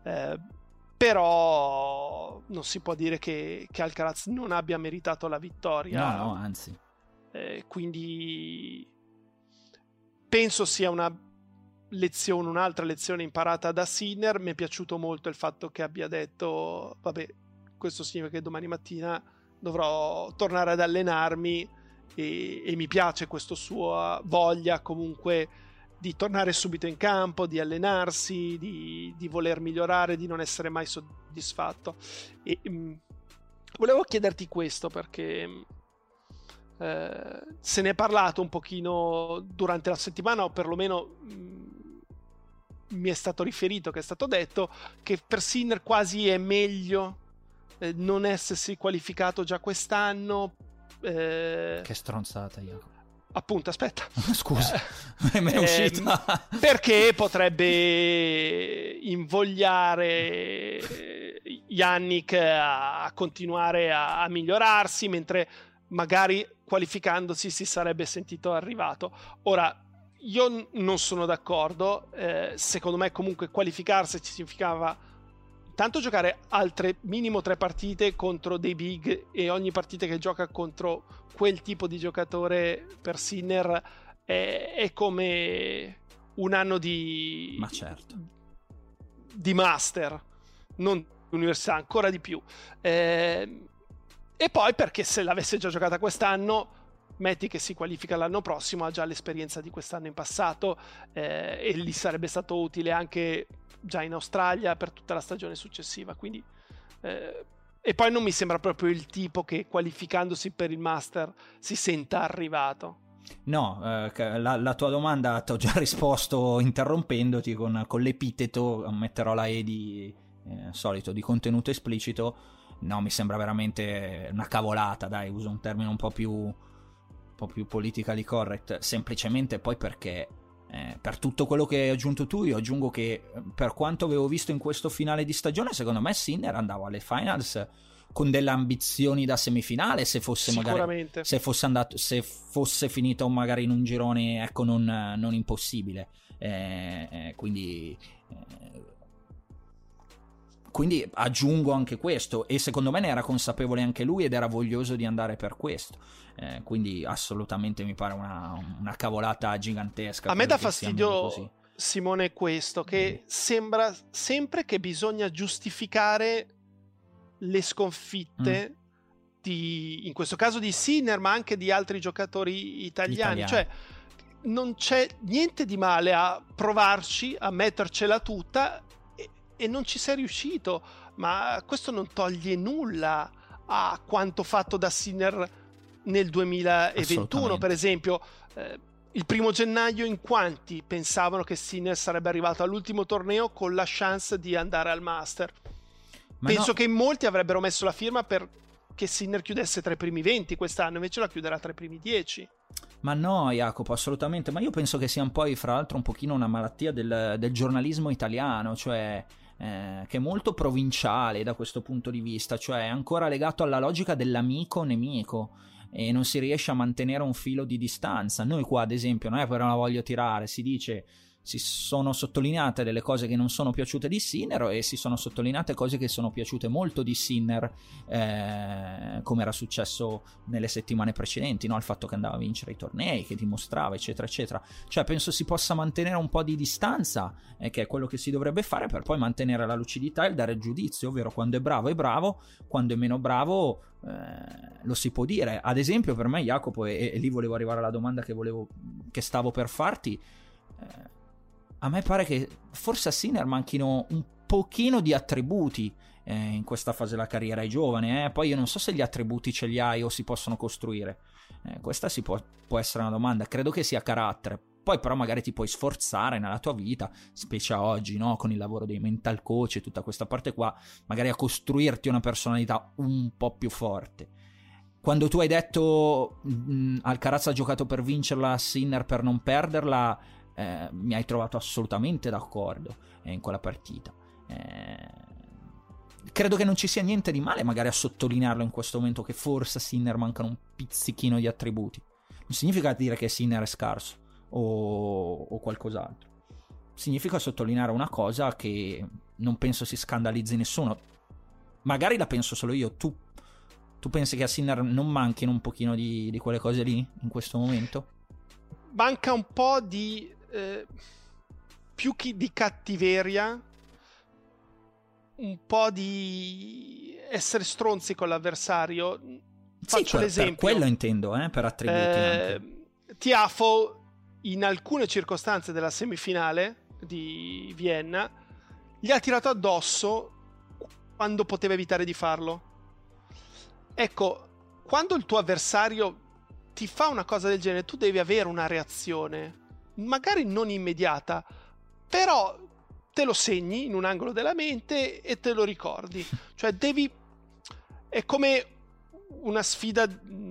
Speaker 6: Però non si può dire che Alcaraz non abbia meritato la vittoria.
Speaker 5: No, anzi.
Speaker 6: Quindi penso sia un'altra lezione imparata da Sinner. Mi è piaciuto molto il fatto che abbia detto: vabbè, questo significa che domani mattina dovrò tornare ad allenarmi, e mi piace questa sua voglia comunque di tornare subito in campo, di allenarsi, di voler migliorare, di non essere mai soddisfatto. E volevo chiederti questo perché se ne è parlato un pochino durante la settimana, o perlomeno mi è stato riferito, che è stato detto che per Sinner quasi è meglio non essersi qualificato già quest'anno.
Speaker 5: Che stronzata, Jacopo.
Speaker 6: Appunto, aspetta.
Speaker 5: Scusa, me è uscita.
Speaker 6: Perché potrebbe invogliare Jannik a continuare a migliorarsi, mentre magari qualificandosi si sarebbe sentito arrivato. Ora, io non sono d'accordo. Secondo me comunque qualificarsi significava tanto giocare altre minimo 3 partite contro dei big, e ogni partita che gioca contro quel tipo di giocatore per Sinner è come un anno di master, non università, ancora di più. E poi perché se l'avesse già giocata quest'anno, metti che si qualifica l'anno prossimo, ha già l'esperienza di quest'anno in passato, e gli sarebbe stato utile anche già in Australia per tutta la stagione successiva. Quindi e poi non mi sembra proprio il tipo che qualificandosi per il Master si senta arrivato.
Speaker 5: No, la tua domanda ti ho già risposto interrompendoti con l'epiteto, metterò la E di solito di contenuto esplicito. No, mi sembra veramente una cavolata, dai, uso un termine un po' più politically correct, semplicemente poi perché per tutto quello che hai aggiunto tu, io aggiungo che per quanto avevo visto in questo finale di stagione, secondo me Sinner andava alle finals con delle ambizioni da semifinale, se fosse magari, se fosse finito magari in un girone, ecco, non impossibile, quindi aggiungo anche questo, e secondo me ne era consapevole anche lui ed era voglioso di andare per questo, quindi assolutamente mi pare una cavolata gigantesca.
Speaker 6: A me dà fastidio, Simone, questo, che sembra sempre che bisogna giustificare le sconfitte in questo caso di Sinner, ma anche di altri giocatori italiani. Cioè non c'è niente di male a provarci, a mettercela tutta, e non ci sei riuscito, ma questo non toglie nulla a quanto fatto da Sinner nel 2021, per esempio. Il 1 gennaio in quanti pensavano che Sinner sarebbe arrivato all'ultimo torneo con la chance di andare al Master? Penso che in molti avrebbero messo la firma per che Sinner chiudesse tra i primi 20 quest'anno, invece la chiuderà tra i primi 10.
Speaker 5: Ma no, Jacopo, assolutamente. Ma io penso che sia un po', fra l'altro, un pochino una malattia del giornalismo italiano, cioè che è molto provinciale da questo punto di vista, cioè è ancora legato alla logica dell'amico-nemico e non si riesce a mantenere un filo di distanza. Noi qua, ad esempio, non è per una voglio tirare, si dice... si sono sottolineate delle cose che non sono piaciute di Sinner e si sono sottolineate cose che sono piaciute molto di Sinner, come era successo nelle settimane precedenti, no? Il fatto che andava a vincere i tornei, che dimostrava, eccetera eccetera. Cioè penso si possa mantenere un po' di distanza, che è quello che si dovrebbe fare, per poi mantenere la lucidità e dare il giudizio, ovvero quando è bravo, quando è meno bravo lo si può dire. Ad esempio per me, Jacopo, e lì volevo arrivare alla domanda che stavo per farti, a me pare che forse a Sinner manchino un pochino di attributi in questa fase della carriera, è giovane, poi io non so se gli attributi ce li hai o si possono costruire, questa può essere una domanda. Credo che sia carattere, poi però magari ti puoi sforzare nella tua vita, specie oggi, no? Con il lavoro dei mental coach e tutta questa parte qua, magari a costruirti una personalità un po' più forte. Quando tu hai detto Alcaraz ha giocato per vincerla, Sinner per non perderla, mi hai trovato assolutamente d'accordo in quella partita. Credo che non ci sia niente di male magari a sottolinearlo in questo momento, che forse a Sinner mancano un pizzichino di attributi. Non significa dire che Sinner è scarso o qualcos'altro, significa sottolineare una cosa che non penso si scandalizzi nessuno. Magari la penso solo io. Tu pensi che a Sinner non manchino un pochino di quelle cose lì in questo momento?
Speaker 6: Manca un po' di più che di cattiveria, un po' di essere stronzi con l'avversario. Faccio l'esempio.
Speaker 5: Per quello intendo, per attributi anche.
Speaker 6: Tiafoe in alcune circostanze della semifinale di Vienna gli ha tirato addosso quando poteva evitare di farlo. Ecco, quando il tuo avversario ti fa una cosa del genere, tu devi avere una reazione, magari non immediata, però te lo segni in un angolo della mente e te lo ricordi. Cioè è come una sfida,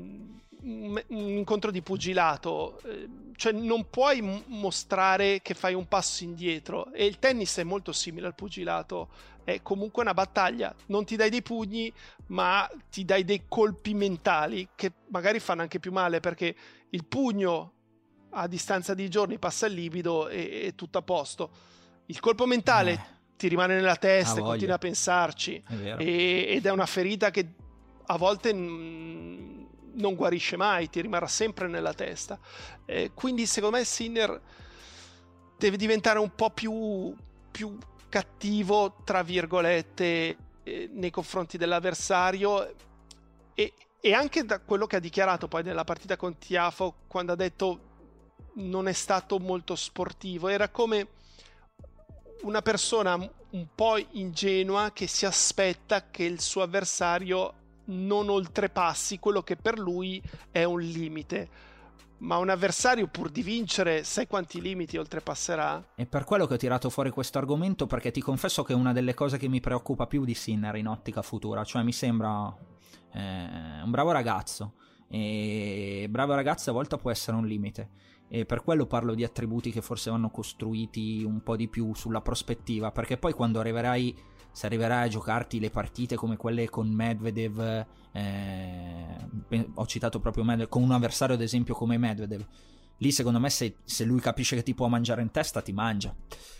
Speaker 6: un incontro di pugilato, cioè non puoi mostrare che fai un passo indietro, e il tennis è molto simile al pugilato, è comunque una battaglia, non ti dai dei pugni ma ti dai dei colpi mentali che magari fanno anche più male, perché il pugno a distanza di giorni passa il livido e è tutto a posto. Il colpo mentale ti rimane nella testa e continui a pensarci, ed è una ferita che a volte non guarisce mai, ti rimarrà sempre nella testa. Quindi secondo me Sinner deve diventare un po' più cattivo, tra virgolette, nei confronti dell'avversario, e anche da quello che ha dichiarato poi nella partita con Tiafoe, quando ha detto non è stato molto sportivo. Era come una persona un po' ingenua che si aspetta che il suo avversario non oltrepassi quello che per lui è un limite. Ma un avversario, pur di vincere, sai quanti limiti oltrepasserà?
Speaker 5: È per quello che ho tirato fuori questo argomento, perché ti confesso che è una delle cose che mi preoccupa più di Sinner in ottica futura. Cioè mi sembra un bravo ragazzo, e bravo ragazzo a volte può essere un limite, e per quello parlo di attributi che forse vanno costruiti un po' di più sulla prospettiva, perché poi quando se arriverai a giocarti le partite come quelle con Medvedev, ho citato proprio Medvedev, con un avversario ad esempio come Medvedev, lì secondo me se lui capisce che ti può mangiare in testa, ti mangia,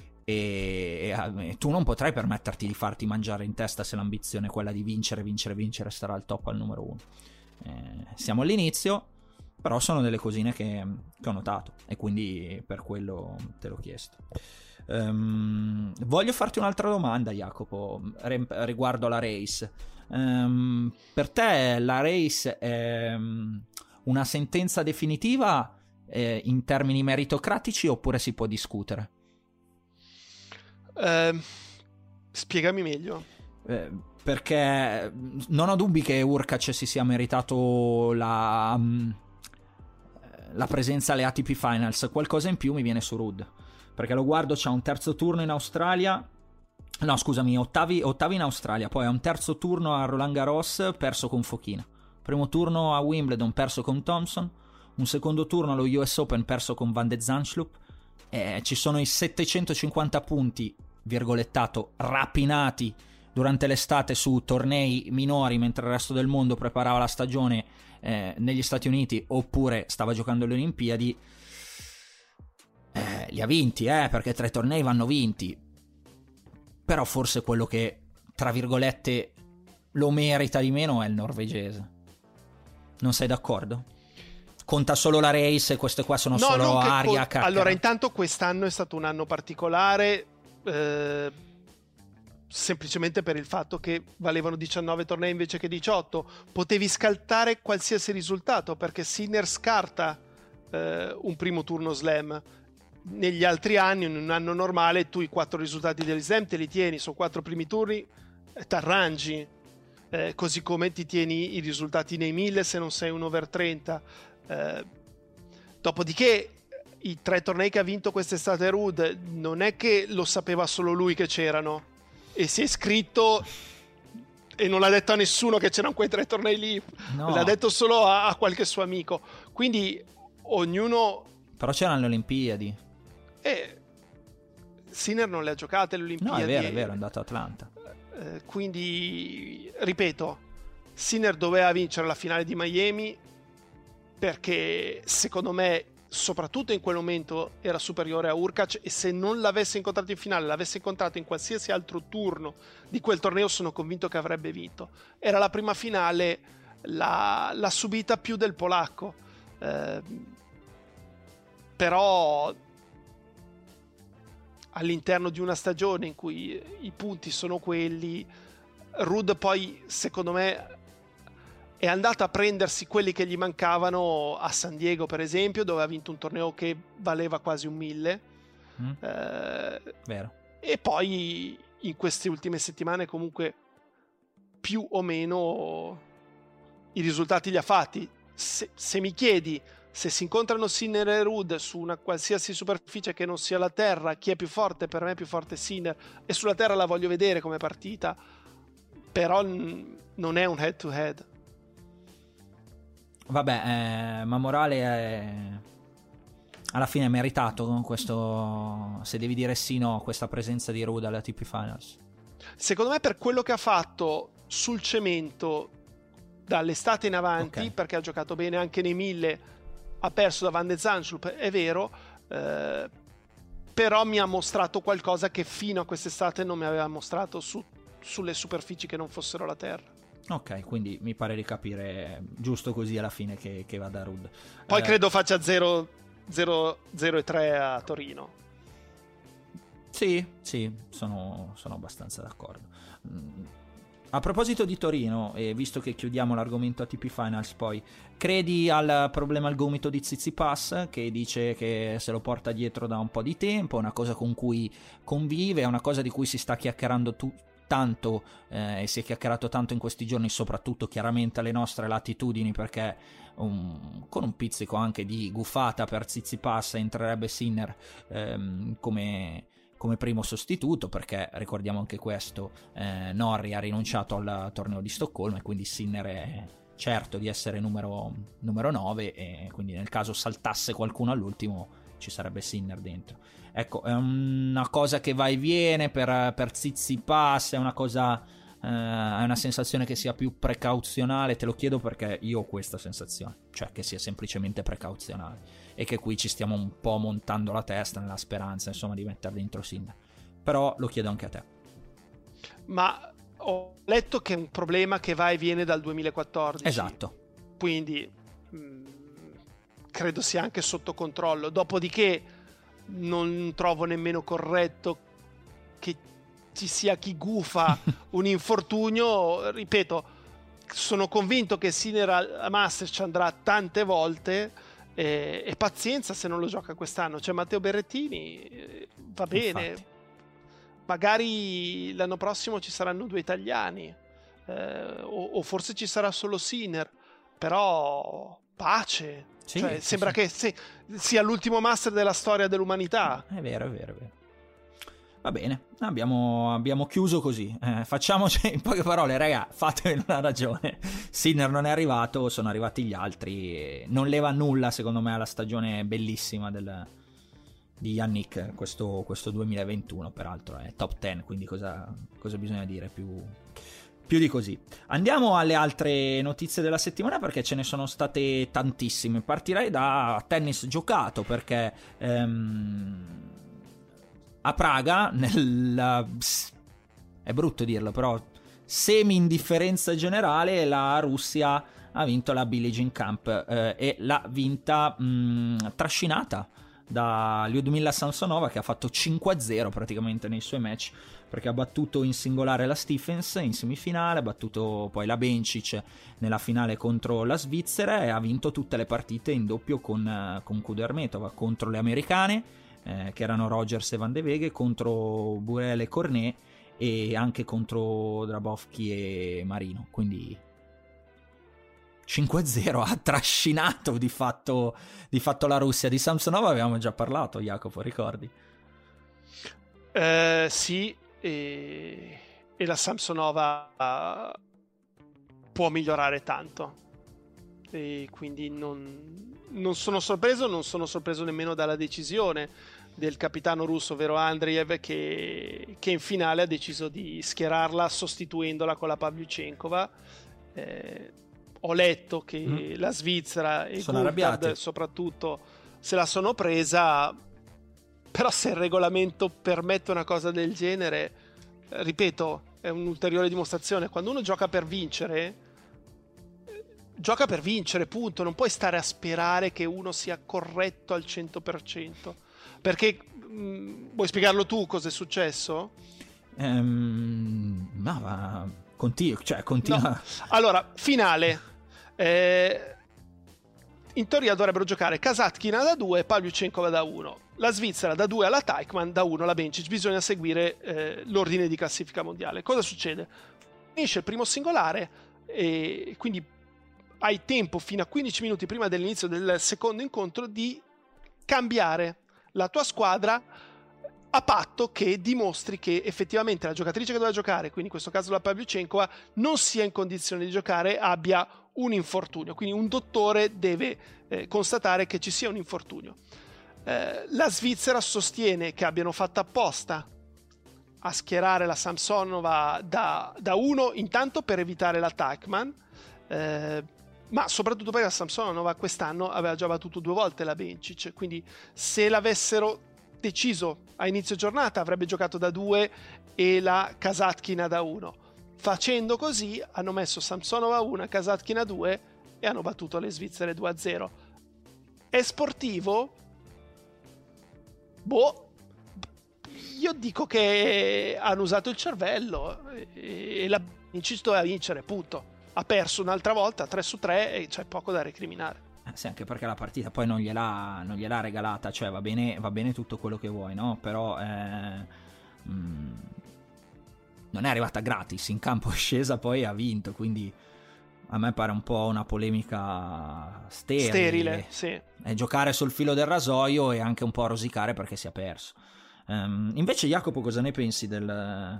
Speaker 5: e tu non potrai permetterti di farti mangiare in testa se l'ambizione è quella di vincere, stare al top, al numero 1. Siamo all'inizio, però sono delle cosine che ho notato, e quindi per quello te l'ho chiesto. Voglio farti un'altra domanda, Jacopo, riguardo la race. Per te la race è una sentenza definitiva in termini meritocratici, oppure si può discutere?
Speaker 6: Spiegami meglio.
Speaker 5: Perché non ho dubbi che Hurkacz si sia meritato la presenza alle ATP Finals. Qualcosa in più mi viene su Ruud, perché lo guardo, c'ha un terzo turno in Australia, no scusami, ottavi in Australia, poi ha un terzo turno a Roland Garros perso con Fokina, primo turno a Wimbledon perso con Thompson, un secondo turno allo US Open perso con Van de Zandschulp, ci sono i 750 punti, virgolettato, rapinati durante l'estate su tornei minori mentre il resto del mondo preparava la stagione negli Stati Uniti oppure stava giocando alle Olimpiadi. Li ha vinti, perché 3 tornei vanno vinti, però forse quello che tra virgolette lo merita di meno è il norvegese. Non sei d'accordo? Conta solo la race e queste qua sono solo aria, cacca.
Speaker 6: Allora, intanto quest'anno è stato un anno particolare, semplicemente per il fatto che valevano 19 tornei invece che 18. Potevi scaltare qualsiasi risultato, perché Sinner scarta un primo turno slam. Negli altri anni, in un anno normale, tu i 4 risultati degli slam te li tieni, sono 4 primi turni, t'arrangi, così come ti tieni i risultati nei 1000 se non sei un over 30. Dopodiché i 3 tornei che ha vinto quest'estate Ruud non è che lo sapeva solo lui che c'erano e si è iscritto e non l'ha detto a nessuno che c'erano quei 3 tornei lì, no. L'ha detto solo a qualche suo amico, quindi ognuno.
Speaker 5: Però c'erano le Olimpiadi.
Speaker 6: Sinner non le ha giocate le Olimpiadi.
Speaker 5: No, è vero, è andato a Atlanta.
Speaker 6: Quindi, ripeto, Sinner doveva vincere la finale di Miami, perché secondo me, soprattutto in quel momento, era superiore a Hurkacz, e se non l'avesse incontrato in finale, l'avesse incontrato in qualsiasi altro turno di quel torneo, sono convinto che avrebbe vinto. Era la prima finale, l'ha subita più del polacco, però all'interno di una stagione in cui i punti sono quelli, Ruud poi secondo me è andato a prendersi quelli che gli mancavano a San Diego, per esempio, dove ha vinto un torneo che valeva quasi un 1000.
Speaker 5: Vero.
Speaker 6: E poi in queste ultime settimane comunque più o meno i risultati li ha fatti. Se mi chiedi se si incontrano Sinner e Ruud su una qualsiasi superficie che non sia la terra, chi è più forte? Per me è più forte Sinner, e sulla terra la voglio vedere come partita, però non è un head to head.
Speaker 5: Vabbè, ma morale alla fine è meritato questo, se devi dire sì no, questa presenza di Ruud alle ATP Finals.
Speaker 6: Secondo me, per quello che ha fatto sul cemento dall'estate in avanti, okay, perché ha giocato bene anche nei 1000, ha perso da Van de Zandschulp, è vero, però mi ha mostrato qualcosa che fino a quest'estate non mi aveva mostrato sulle superfici che non fossero la terra.
Speaker 5: Ok, quindi mi pare di capire giusto così alla fine che va da Ruud.
Speaker 6: Poi credo faccia 0-3 a Torino.
Speaker 5: Sì, sono abbastanza d'accordo. A proposito di Torino, e visto che chiudiamo l'argomento ATP Finals, poi credi al problema al gomito di Tsitsipas, che dice che se lo porta dietro da un po' di tempo, è una cosa con cui convive, è una cosa di cui si sta chiacchierando tanto, e si è chiacchierato tanto in questi giorni, soprattutto chiaramente alle nostre latitudini, perché con un pizzico anche di gufata per Tsitsipas entrerebbe Sinner come primo sostituto, perché ricordiamo anche questo, Norrie ha rinunciato al torneo di Stoccolma e quindi Sinner è certo di essere numero 9, e quindi nel caso saltasse qualcuno all'ultimo ci sarebbe Sinner dentro. Ecco, è una cosa che va e viene per Tsitsipas, è una cosa, è una sensazione che sia più precauzionale. Te lo chiedo perché io ho questa sensazione, cioè che sia semplicemente precauzionale e che qui ci stiamo un po' montando la testa nella speranza, insomma, di mettere dentro Sinner. Però lo chiedo anche a te.
Speaker 6: Ma ho letto che è un problema che va e viene dal 2014.
Speaker 5: Esatto.
Speaker 6: Quindi credo sia anche sotto controllo. Dopodiché non trovo nemmeno corretto che ci sia chi gufa un infortunio. Ripeto, sono convinto che Sinner a Masters ci andrà tante volte, e pazienza se non lo gioca quest'anno. C'è Matteo Berrettini, va bene. Infatti. Magari l'anno prossimo ci saranno 2 italiani, o forse ci sarà solo Sinner, però pace.
Speaker 5: Sì,
Speaker 6: cioè,
Speaker 5: sì,
Speaker 6: sembra che sia l'ultimo master della storia dell'umanità.
Speaker 5: È vero. Va bene, abbiamo chiuso così. Facciamoci in poche parole, raga, fatemi una ragione. Sinner non è arrivato, sono arrivati gli altri. Non leva nulla, secondo me, alla stagione bellissima di Yannick, questo 2021, peraltro è top 10, quindi cosa bisogna dire più di così. Andiamo alle altre notizie della settimana, perché ce ne sono state tantissime. Partirei da tennis giocato, perché a Praga, è brutto dirlo, però semi-indifferenza generale, la Russia ha vinto la Billie Jean Cup e l'ha vinta trascinata da Lyudmila Samsonova, che ha fatto 5-0 praticamente nei suoi match, perché ha battuto in singolare la Stephens in semifinale, ha battuto poi la Bencic nella finale contro la Svizzera e ha vinto tutte le partite in doppio con Kudermetova, contro le americane che erano Rogers e Van de Veghe, contro Burel e Cornet e anche contro Drabowski e Marino. Quindi 5-0 ha trascinato di fatto la Russia. Di Samsonova avevamo già parlato, Jacopo, ricordi?
Speaker 6: Sì, e la Samsonova può migliorare tanto, e quindi non sono sorpreso nemmeno dalla decisione del capitano russo, ovvero Andreev, che in finale ha deciso di schierarla sostituendola con la Pavlyuchenkova. Ho letto che la Svizzera e Coulthard soprattutto se la sono presa, però se il regolamento permette una cosa del genere, ripeto, è un'ulteriore dimostrazione. Quando uno gioca per vincere, punto. Non puoi stare a sperare che uno sia corretto al 100%, perché vuoi spiegarlo tu cosa è successo? Continua. No. Allora, finale. In teoria dovrebbero giocare Kasatkina da 2 e Pavlyuchenkova da 1. La Svizzera da 2 alla Teichmann, da 1 alla Bencic. Bisogna seguire l'ordine di classifica mondiale. Cosa succede? Finisce il primo singolare e quindi hai tempo fino a 15 minuti prima dell'inizio del secondo incontro di cambiare la tua squadra, a patto che dimostri che effettivamente la giocatrice che doveva giocare, quindi in questo caso la Pavlyuchenkova, non sia in condizione di giocare, abbia un infortunio. Quindi un dottore deve constatare che ci sia un infortunio. La Svizzera sostiene che abbiano fatto apposta a schierare la Samsonova da 1 intanto per evitare la Teichmann, ma soprattutto perché la Samsonova quest'anno aveva già battuto 2 volte la Bencic, quindi se l'avessero deciso a inizio giornata avrebbe giocato da 2 e la Kasatkina da 1. Facendo così hanno messo Samsonova 1, Kasatkina 2 e hanno battuto le Svizzere 2-0. È sportivo? Io dico che hanno usato il cervello e la Bencic doveva vincere, punto. Ha perso un'altra volta 3-3 e c'è poco da recriminare.
Speaker 5: Sì, anche perché la partita poi non gliel'ha regalata, cioè va bene tutto quello che vuoi, no? Però non è arrivata gratis, in campo è scesa poi ha vinto, quindi a me pare un po' una polemica sterile,
Speaker 6: sì.
Speaker 5: È giocare sul filo del rasoio e anche un po' a rosicare perché si è perso. Invece Jacopo, cosa ne pensi della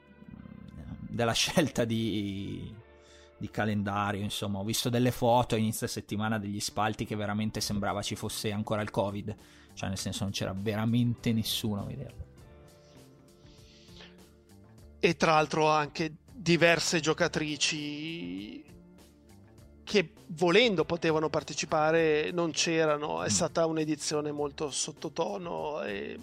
Speaker 5: scelta di calendario? Insomma, ho visto delle foto a inizio settimana degli spalti che veramente sembrava ci fosse ancora il Covid, cioè nel senso non c'era veramente nessuno a vederlo.
Speaker 6: E tra l'altro anche diverse giocatrici che volendo potevano partecipare non c'erano. È stata un'edizione molto sottotono e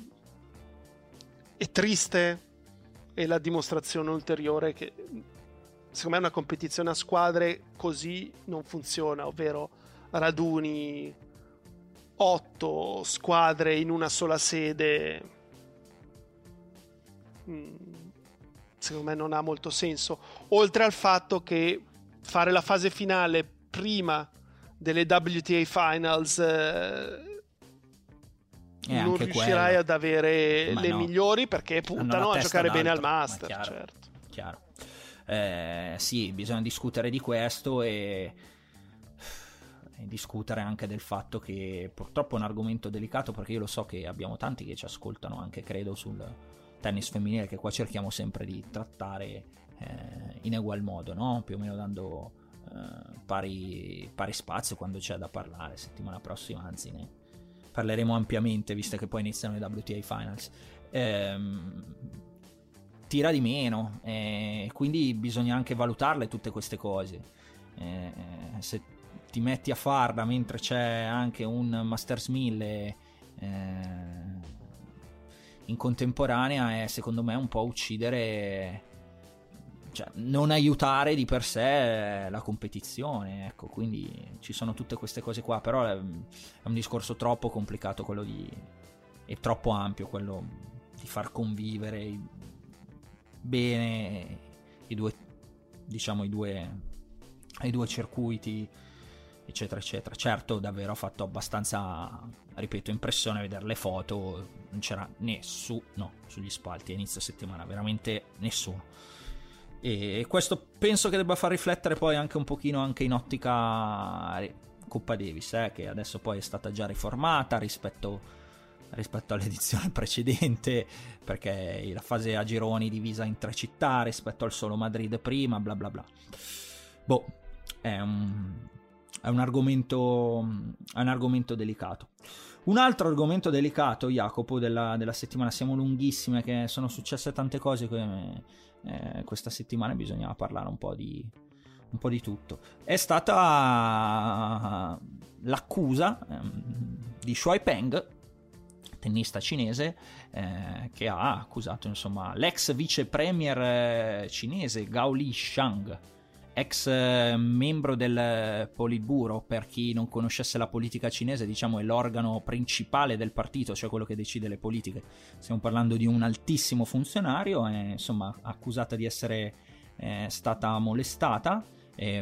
Speaker 6: triste, e la dimostrazione ulteriore che secondo me una competizione a squadre così non funziona, ovvero raduni 8 squadre in una sola sede. Secondo me non ha molto senso, oltre al fatto che fare la fase finale prima delle WTA Finals non riuscirai ad avere le migliori, perché puntano a giocare bene al Master.
Speaker 5: Chiaro. Sì, bisogna discutere di questo e discutere anche del fatto che purtroppo è un argomento delicato, perché io lo so che abbiamo tanti che ci ascoltano anche, credo, sul tennis femminile, che qua cerchiamo sempre di trattare in egual modo, no? Più o meno dando pari spazio quando c'è da parlare. Settimana prossima, anzi, ne parleremo ampiamente, visto che poi iniziano i WTA Finals. Tira di meno, quindi bisogna anche valutarle tutte queste cose. Se ti metti a farla mentre c'è anche un Masters 1000 in contemporanea, è secondo me un po' uccidere, cioè non aiutare di per sé la competizione, ecco. Quindi ci sono tutte queste cose qua, però è un discorso troppo complicato e troppo ampio quello di far convivere bene i due circuiti, eccetera eccetera. Certo, davvero ha fatto abbastanza, ripeto, impressione vedere le foto. Non c'era nessuno sugli spalti a inizio settimana, veramente nessuno, e questo penso che debba far riflettere poi anche un pochino anche in ottica Coppa Davis, che adesso poi è stata già riformata rispetto all'edizione precedente, perché la fase a gironi divisa in 3 città rispetto al solo Madrid prima, bla bla bla. È un argomento delicato. Un altro argomento delicato, Jacopo, della settimana, siamo lunghissime, che sono successe tante cose questa settimana, bisognava parlare un po' di tutto. È stata l'accusa di Shuai Peng, tennista cinese, che ha accusato, insomma, l'ex vice premier cinese Gao Lishang, ex membro del Politburo. Per chi non conoscesse la politica cinese, diciamo è l'organo principale del partito, cioè quello che decide le politiche. Stiamo parlando di un altissimo funzionario, insomma, accusata di essere stata molestata. È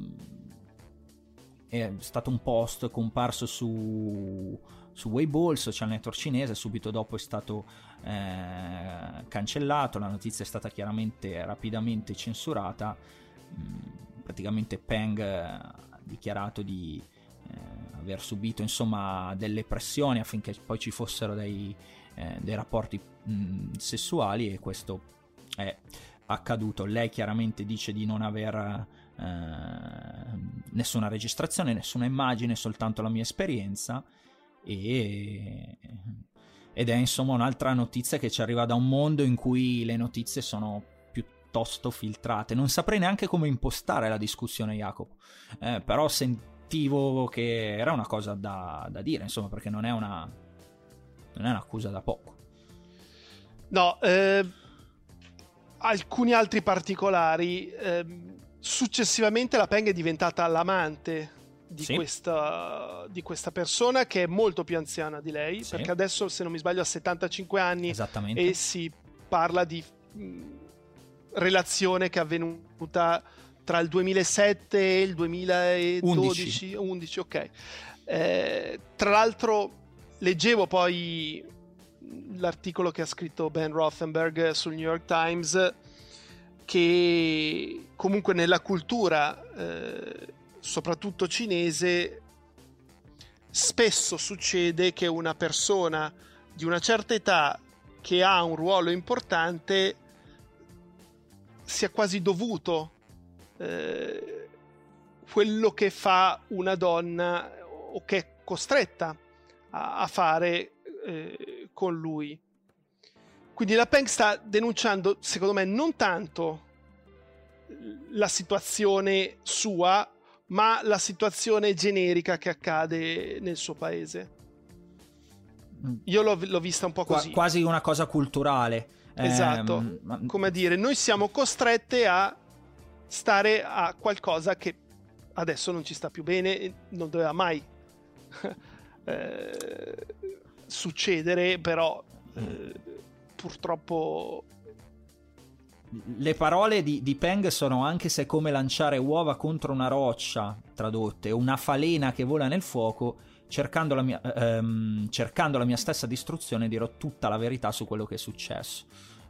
Speaker 5: stato un post comparso su Weibo, il social network cinese. Subito dopo è stato cancellato, la notizia è stata chiaramente rapidamente censurata. Praticamente Peng ha dichiarato di aver subito, insomma, delle pressioni affinché poi ci fossero dei rapporti sessuali, e questo è accaduto. Lei chiaramente dice di non aver nessuna registrazione, nessuna immagine, soltanto la mia esperienza, ed è, insomma, un'altra notizia che ci arriva da un mondo in cui le notizie sono piuttosto filtrate. Non saprei neanche come impostare la discussione, Jacopo, però sentivo che era una cosa da dire, insomma, perché non è un'accusa da poco. No,
Speaker 6: alcuni altri particolari. Successivamente la Peng è diventata l'amante di questa persona, che è molto più anziana di lei, perché adesso, se non mi sbaglio, ha 75 anni. Esattamente. E si parla di relazione che è avvenuta tra il 2007 e il 2012, 11, ok. Tra l'altro leggevo poi l'articolo che ha scritto Ben Rothenberg sul New York Times, che comunque nella cultura soprattutto cinese spesso succede che una persona di una certa età che ha un ruolo importante sia quasi dovuto quello che fa una donna, o che è costretta a fare con lui. Quindi la Peng sta denunciando, secondo me, non tanto la situazione sua, ma la situazione generica che accade nel suo paese. Io l'ho vista un po' così.
Speaker 5: Quasi una cosa culturale.
Speaker 6: Esatto. Come a dire, noi siamo costrette a stare a qualcosa che adesso non ci sta più bene e non doveva mai succedere, però purtroppo
Speaker 5: le parole di Peng sono: anche se è come lanciare uova contro una roccia, tradotte, una falena che vola nel fuoco, cercando la mia stessa distruzione, dirò tutta la verità su quello che è successo.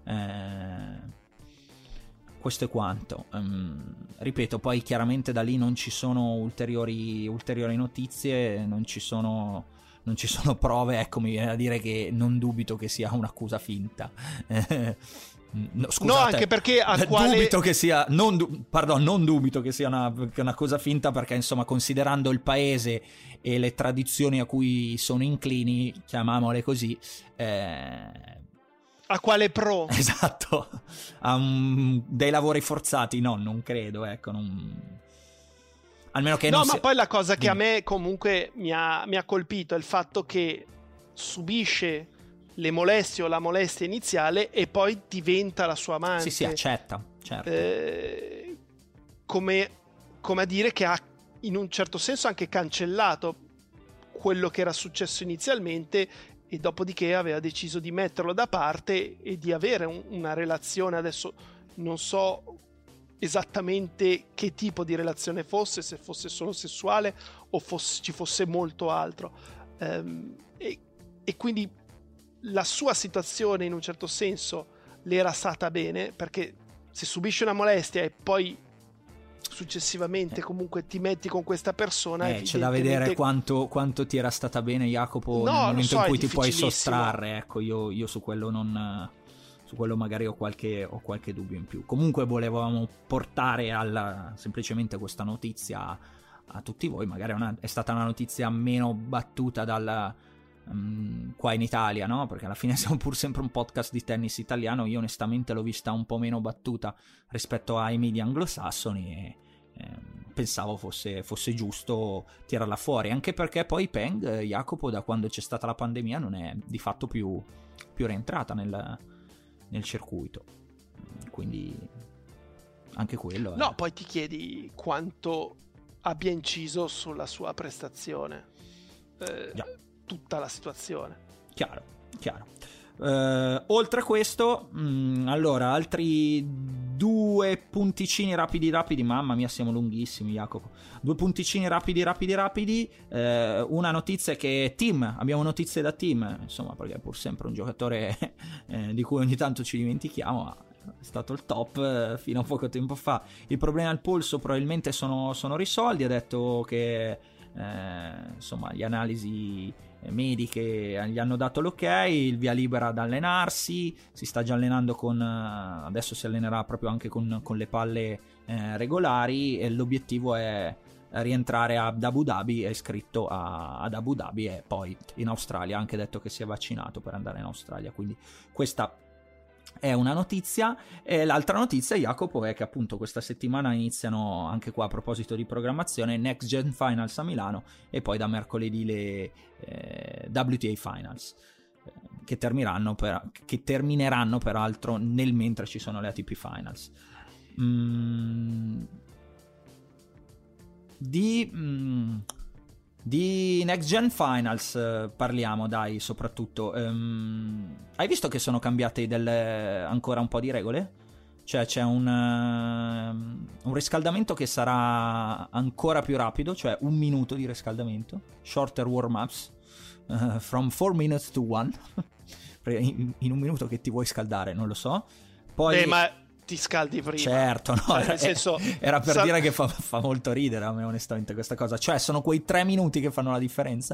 Speaker 5: Questo è quanto. Ripeto, poi chiaramente da lì non ci sono ulteriori notizie, non ci sono non ci sono prove, ecco, mi viene da dire che non dubito che sia un'accusa finta. No, scusate,
Speaker 6: no, anche perché
Speaker 5: dubito che sia non dubito che sia una cosa finta, perché insomma, considerando il paese e le tradizioni a cui sono inclini, chiamiamole così,
Speaker 6: a quale pro?
Speaker 5: Esatto, dei lavori forzati non credo, ecco, almeno che
Speaker 6: no, ma poi la cosa che a me comunque mi ha colpito è il fatto che subisce le molestie o la molestia iniziale e poi diventa la sua amante.
Speaker 5: Sì, accetta, certo.
Speaker 6: Come a dire che ha in un certo senso anche cancellato quello che era successo inizialmente, e dopodiché aveva deciso di metterlo da parte e di avere una relazione. Adesso non so esattamente che tipo di relazione fosse, se fosse solo sessuale o ci fosse molto altro, e quindi la sua situazione in un certo senso le era stata bene, perché se subisci una molestia e poi successivamente comunque ti metti con questa persona,
Speaker 5: c'è da vedere quanto ti era stata bene, Jacopo, nel momento in cui ti puoi sottrarre. Ecco, io su quello su quello magari ho qualche dubbio in più. Comunque volevamo portare semplicemente questa notizia a tutti voi. Magari è stata una notizia meno battuta qua in Italia, no? Perché alla fine siamo pur sempre un podcast di tennis italiano. Io onestamente l'ho vista un po' meno battuta rispetto ai media anglosassoni e pensavo fosse giusto tirarla fuori, anche perché poi Peng, Jacopo, da quando c'è stata la pandemia non è di fatto più rientrata nel circuito, quindi anche quello
Speaker 6: no, poi ti chiedi quanto abbia inciso sulla sua prestazione tutta la situazione. Chiaro.
Speaker 5: Oltre a questo, allora, altri 2 punticini rapidi, mamma mia siamo lunghissimi, Jacopo. 2 punticini rapidi, una notizia che abbiamo notizie da Team, insomma, perché è pur sempre un giocatore di cui ogni tanto ci dimentichiamo, ma è stato il top fino a poco tempo fa. Il problema al polso probabilmente sono risolti, ha detto che insomma le analisi mediche gli hanno dato l'ok, il via libera ad allenarsi, si sta già allenando adesso si allenerà proprio anche con le palle regolari, e l'obiettivo è rientrare ad Abu Dhabi, è iscritto ad Abu Dhabi e poi in Australia, ha anche detto che si è vaccinato per andare in Australia, quindi questa è una notizia. E l'altra notizia, Jacopo, è che appunto questa settimana iniziano, anche qua a proposito di programmazione, Next Gen Finals a Milano e poi da mercoledì le WTA Finals, che termineranno peraltro nel mentre ci sono le ATP Finals. Di Next Gen Finals parliamo, dai, soprattutto. Hai visto che sono cambiate ancora un po' di regole? Cioè c'è un riscaldamento che sarà ancora più rapido, cioè 1 minuto di riscaldamento, shorter warm-ups, from 4 minutes to 1. in 1 minuto che ti vuoi scaldare, non lo so. Poi
Speaker 6: ma ti scaldi prima.
Speaker 5: Certo, no,
Speaker 6: nel senso,
Speaker 5: era per dire che fa molto ridere a me onestamente questa cosa. Cioè sono quei 3 minuti che fanno la differenza?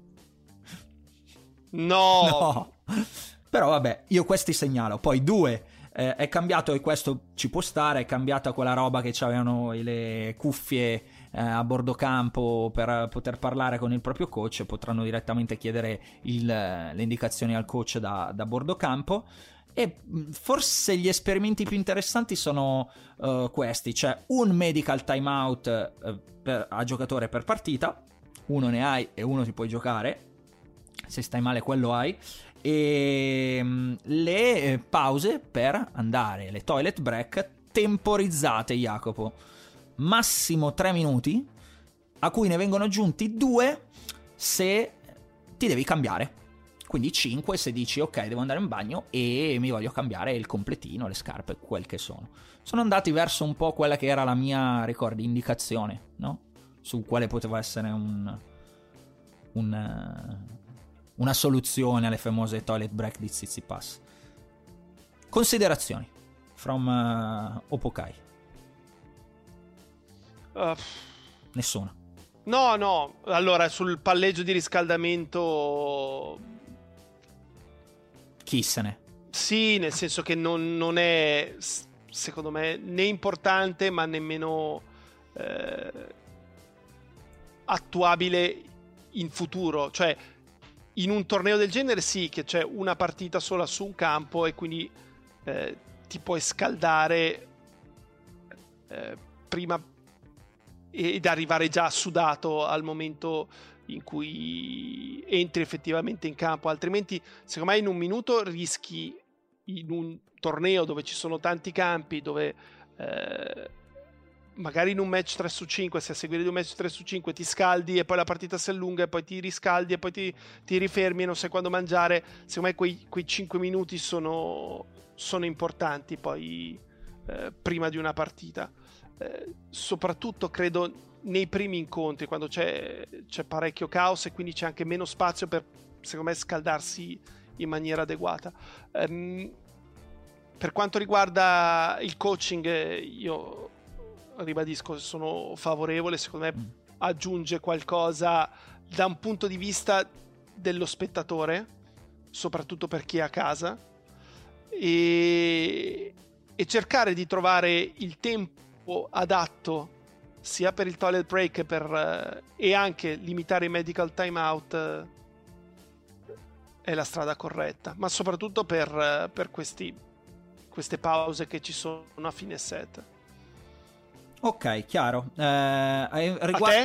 Speaker 6: No.
Speaker 5: Però vabbè, io questi segnalo. Poi 2, è cambiato, e questo ci può stare, è cambiata quella roba che c'avevano le cuffie a bordo campo per poter parlare con il proprio coach, potranno direttamente chiedere le indicazioni al coach da bordo campo. E forse gli esperimenti più interessanti sono questi, cioè un medical timeout a giocatore per partita, uno ne hai e uno ti puoi giocare, se stai male quello hai, e le pause per andare, le toilet break temporizzate, Jacopo, massimo 3 minuti, a cui ne vengono aggiunti 2 se ti devi cambiare. Quindi 5 se dici ok, devo andare in bagno e mi voglio cambiare il completino, le scarpe, quel che sono. Sono andati verso un po' quella che era la mia, ricordi, indicazione, no? Su quale poteva essere una soluzione alle famose toilet break di Tsitsipas. Considerazioni from Opokai. Nessuna.
Speaker 6: No, allora sul palleggio di riscaldamento
Speaker 5: chi se ne?
Speaker 6: sì, nel senso che non è, secondo me, né importante ma nemmeno attuabile in futuro. Cioè, in un torneo del genere sì, che c'è una partita sola su un campo e quindi ti puoi scaldare prima ed arrivare già sudato al momento in cui entri effettivamente in campo. Altrimenti, secondo me, in un minuto rischi, in un torneo dove ci sono tanti campi, dove magari in un match 3 su 5, se a seguire di un match 3 su 5 ti scaldi e poi la partita si allunga e poi ti riscaldi e poi ti rifermi e non sai quando mangiare, secondo me quei 5 minuti sono importanti poi prima di una partita. Soprattutto credo nei primi incontri, quando c'è parecchio caos e quindi c'è anche meno spazio per, secondo me, scaldarsi in maniera adeguata. Per quanto riguarda il coaching, io ribadisco, sono favorevole. Secondo me aggiunge qualcosa da un punto di vista dello spettatore, soprattutto per chi è a casa, e cercare di trovare il tempo adatto sia per il toilet break e anche limitare i medical timeout è la strada corretta, ma soprattutto per queste pause che ci sono a fine set.
Speaker 5: Ok, chiaro.
Speaker 6: A te?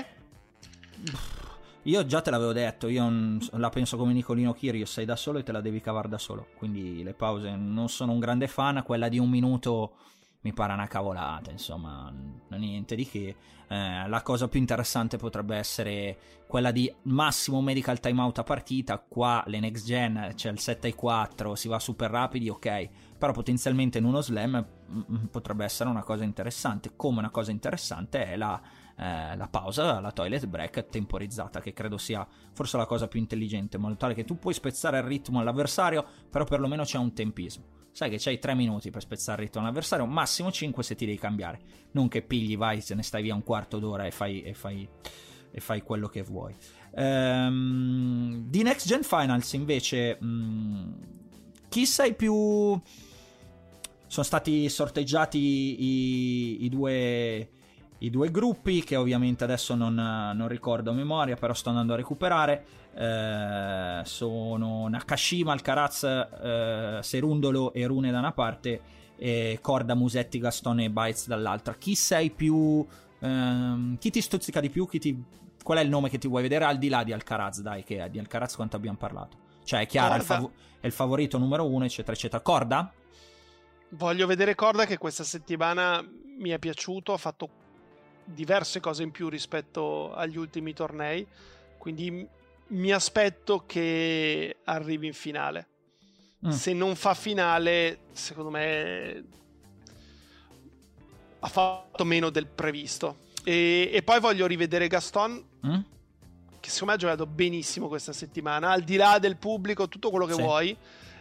Speaker 5: Io già te l'avevo detto, io la penso come Nicolino Kyrgios, sei da solo e te la devi cavare da solo, quindi le pause non sono un grande fan. Quella di un minuto mi pare una cavolata, insomma, niente di che. La cosa più interessante potrebbe essere quella di massimo medical timeout a partita. Qua le next gen c'è il 7-4, si va super rapidi, ok, però potenzialmente in uno slam potrebbe essere una cosa interessante. Come una cosa interessante è la pausa, la toilet break temporizzata, che credo sia forse la cosa più intelligente, in modo tale che tu puoi spezzare il ritmo all'avversario, però perlomeno c'è un tempismo. Sai che c'hai 3 minuti per spezzare il ritmo all'avversario, massimo 5 se ti devi cambiare, non che pigli, vai, se ne stai via un quarto d'ora e fai quello che vuoi. Di Next Gen Finals invece, chi sei più... Sono stati sorteggiati i due gruppi, che ovviamente adesso non ricordo a memoria, però sto andando a recuperare. Sono Nakashima, Alcaraz, Serundolo e Rune da una parte, e Korda, Musetti, Gaston e Baez dall'altra. Chi sei più... chi ti stuzzica di più? Qual è il nome che ti vuoi vedere al di là di Alcaraz? Dai, che di Alcaraz quanto abbiamo parlato? Cioè è chiaro, è il favorito numero 1, eccetera eccetera. Korda?
Speaker 6: Voglio vedere Korda, che questa settimana mi è piaciuto, ha fatto diverse cose in più rispetto agli ultimi tornei, quindi mi aspetto che arrivi in finale. Se non fa finale, secondo me ha fatto meno del previsto. E poi voglio rivedere Gaston, che secondo me ha giocato benissimo questa settimana, al di là del pubblico, tutto quello che vuoi.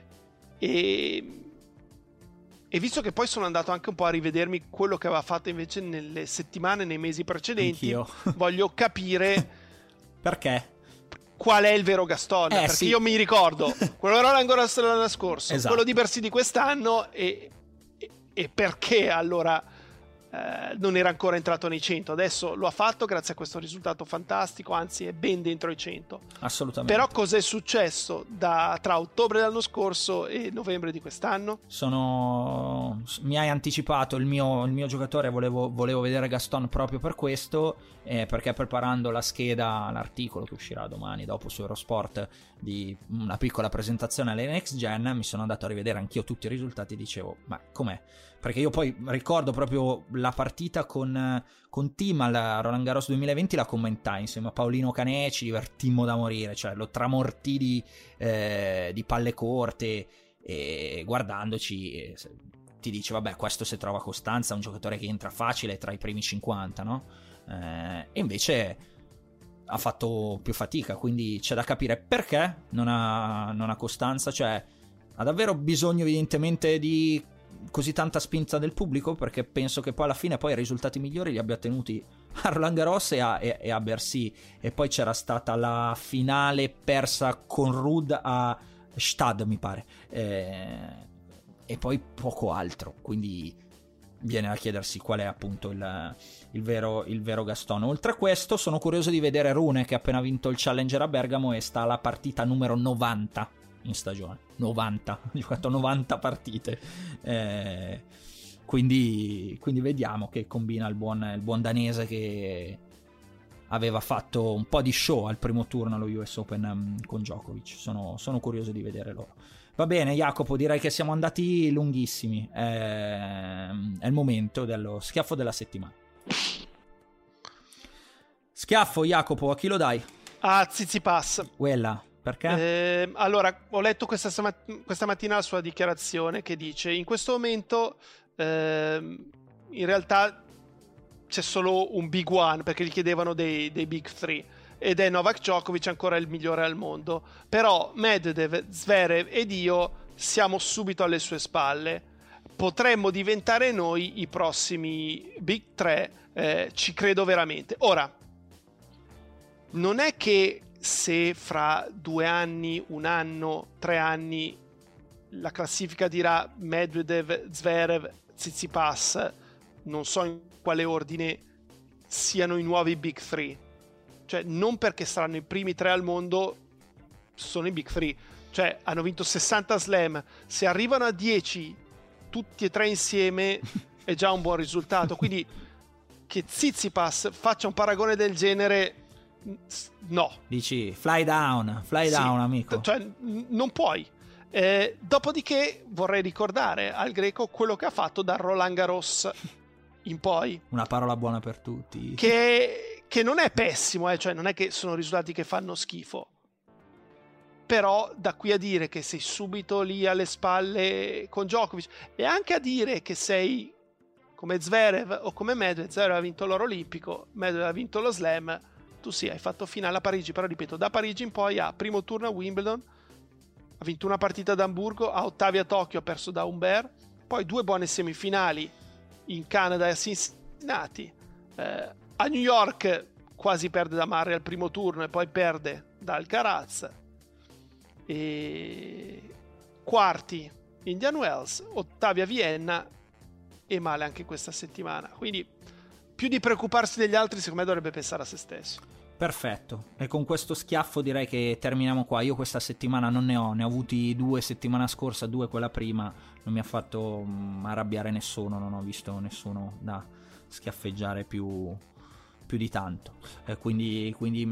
Speaker 6: E visto che poi sono andato anche un po' a rivedermi quello che aveva fatto invece nelle settimane, nei mesi precedenti,
Speaker 5: anch'io.
Speaker 6: Voglio capire
Speaker 5: perché
Speaker 6: qual è il vero Gaston, perché
Speaker 5: sì.
Speaker 6: Io mi ricordo quello era ancora l'anno scorso,
Speaker 5: esatto,
Speaker 6: quello di Bercy di quest'anno, e perché allora non era ancora entrato nei 100. Adesso lo ha fatto grazie a questo risultato fantastico, anzi è ben dentro i 100.
Speaker 5: Assolutamente.
Speaker 6: Però cos'è successo tra ottobre dell'anno scorso e novembre di quest'anno?
Speaker 5: Mi hai anticipato il mio giocatore. Volevo vedere Gaston proprio per questo, perché preparando la scheda, l'articolo che uscirà domani dopo su Eurosport, di una piccola presentazione alle Next Gen, mi sono andato a rivedere anch'io tutti i risultati e dicevo, ma com'è? Perché io poi ricordo proprio la partita con Tim al Roland Garros 2020, la commentai insieme a Paolino Canè, ci divertimmo da morire, cioè lo tramortì di palle corte, e guardandoci ti dice, vabbè, questo se trova costanza è un giocatore che entra facile tra i primi 50, no? E invece ha fatto più fatica, quindi c'è da capire perché non ha costanza, cioè ha davvero bisogno evidentemente di così tanta spinta del pubblico, perché penso che poi alla fine poi i risultati migliori li abbia ottenuti a Roland Garros e a Bercy, e poi c'era stata la finale persa con Ruud a Stade, mi pare, e poi poco altro, quindi viene a chiedersi qual è appunto il vero Gaston. Oltre a questo sono curioso di vedere Rune, che ha appena vinto il Challenger a Bergamo e sta alla partita numero 90 in stagione. 90, ha giocato 90 partite, quindi vediamo che combina il buon danese, che aveva fatto un po' di show al primo turno allo US Open con Djokovic. Sono curioso di vedere loro. Va bene Jacopo, direi che siamo andati lunghissimi, è il momento dello schiaffo della settimana. Schiaffo, Jacopo, a chi lo dai?
Speaker 6: A Tsitsipas.
Speaker 5: Quella, perché?
Speaker 6: Allora, ho letto questa mattina la sua dichiarazione che dice: in questo momento in realtà c'è solo un big one, perché gli chiedevano dei big three, ed è Novak Djokovic, ancora il migliore al mondo, però Medvedev, Zverev ed io siamo subito alle sue spalle, potremmo diventare noi i prossimi big tre, ci credo veramente. Ora, non è che se fra 2 anni, 1 anno, 3 anni la classifica dirà Medvedev, Zverev, Tsitsipas, non so in quale ordine, siano i nuovi big three. Cioè, non perché saranno i primi 3 al mondo sono i big three. Cioè, hanno vinto 60 slam, se arrivano a 10 tutti e 3 insieme è già un buon risultato. Quindi che Tsitsipas faccia un paragone del genere, no.
Speaker 5: Dici fly down, amico.
Speaker 6: Cioè, non puoi. Dopodiché vorrei ricordare al greco quello che ha fatto da Roland Garros in poi.
Speaker 5: Una parola buona per tutti.
Speaker 6: Che non è pessimo, cioè non è che sono risultati che fanno schifo. Però da qui a dire che sei subito lì alle spalle con Djokovic, e anche a dire che sei come Zverev o come Medvedev. Zverev ha vinto l'oro olimpico, Medvedev ha vinto lo slam, tu sì, hai fatto finale a Parigi, però ripeto, da Parigi in poi ha primo turno a Wimbledon, ha vinto una partita ad Amburgo, a ottavi a Tokyo ha perso da Humbert, poi 2 buone semifinali in Canada e a Cincinnati, a New York quasi perde da Murray al primo turno e poi perde da Alcaraz, e quarti Indian Wells, ottavi a Vienna e male anche questa settimana. Quindi più di preoccuparsi degli altri, secondo me dovrebbe pensare a se stesso.
Speaker 5: Perfetto, e con questo schiaffo direi che terminiamo qua. Io questa settimana non ne ho avuti 2 settimana scorsa, 2 quella prima, non mi ha fatto arrabbiare nessuno, non ho visto nessuno da schiaffeggiare più di tanto, quindi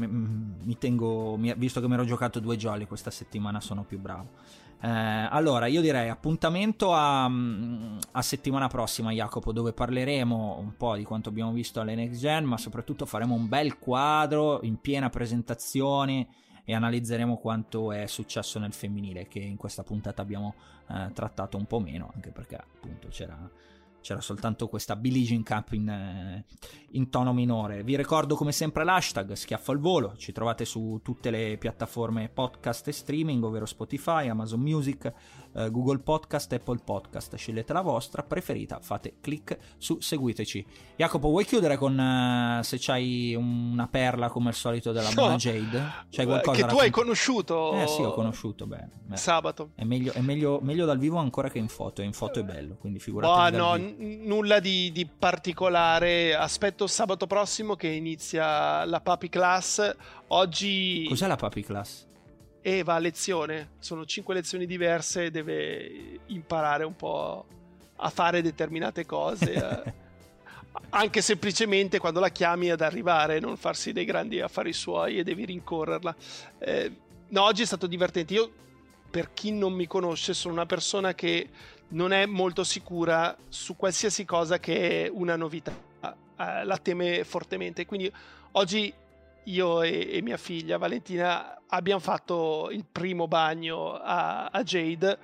Speaker 5: mi tengo, visto che mi ero giocato 2 jolly questa settimana, sono più bravo. Allora io direi appuntamento a settimana prossima, Jacopo, dove parleremo un po' di quanto abbiamo visto alle Next Gen, ma soprattutto faremo un bel quadro in piena presentazione e analizzeremo quanto è successo nel femminile, che in questa puntata abbiamo trattato un po' meno, anche perché appunto c'era soltanto questa Billie Jean Cup in tono minore. Vi ricordo come sempre l'hashtag Schiaffo al Volo, ci trovate su tutte le piattaforme podcast e streaming, ovvero Spotify, Amazon Music, Google Podcast, Apple Podcast. Scegliete la vostra preferita, fate click su seguiteci. Jacopo, vuoi chiudere con se c'hai una perla come al solito della buona Jade? C'hai qualcosa
Speaker 6: che tu hai conosciuto?
Speaker 5: Sì, ho conosciuto bene.
Speaker 6: Sabato.
Speaker 5: È meglio dal vivo ancora che in foto, e in foto è bello, quindi figurati.
Speaker 6: No, nulla di particolare. Aspetto sabato prossimo che inizia la Puppy Class. Oggi...
Speaker 5: Cos'è la Puppy Class?
Speaker 6: Va a lezione, sono 5 lezioni diverse, deve imparare un po' a fare determinate cose, anche semplicemente quando la chiami ad arrivare, non farsi dei grandi affari suoi e devi rincorrerla. No, oggi è stato divertente. Io, per chi non mi conosce, sono una persona che non è molto sicura su qualsiasi cosa che è una novità, la teme fortemente, quindi oggi io e mia figlia Valentina abbiamo fatto il primo bagno a Jade,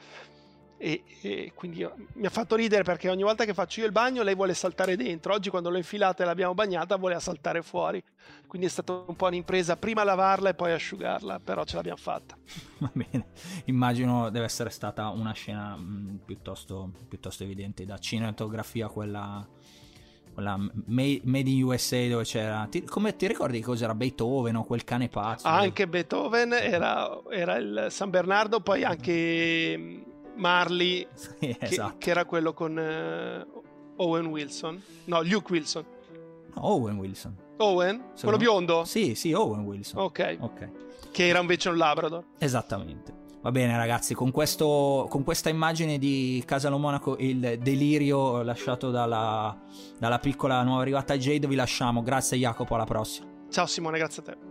Speaker 6: e quindi mi ha fatto ridere, perché ogni volta che faccio io il bagno lei vuole saltare dentro. Oggi, quando l'ho infilata e l'abbiamo bagnata, voleva saltare fuori, quindi è stata un po' un'impresa, prima lavarla e poi asciugarla, però ce l'abbiamo fatta.
Speaker 5: Va bene, immagino deve essere stata una scena piuttosto evidente, da cinematografia quella quella Made in USA, dove c'era, come ti ricordi cos'era Beethoven o quel cane pazzo?
Speaker 6: Anche Beethoven era il San Bernardo, poi anche Marley,
Speaker 5: Sì, esatto.
Speaker 6: che era quello con Owen Wilson, no, Luke Wilson.
Speaker 5: No, Owen Wilson.
Speaker 6: Owen? Quello biondo?
Speaker 5: Sì, Owen Wilson.
Speaker 6: Ok. Che era invece un Labrador.
Speaker 5: Esattamente. Va bene ragazzi, con questa immagine di Casalo Monaco, il delirio lasciato dalla piccola nuova arrivata Jade, vi lasciamo. Grazie Jacopo, alla prossima.
Speaker 6: Ciao Simone, grazie a te.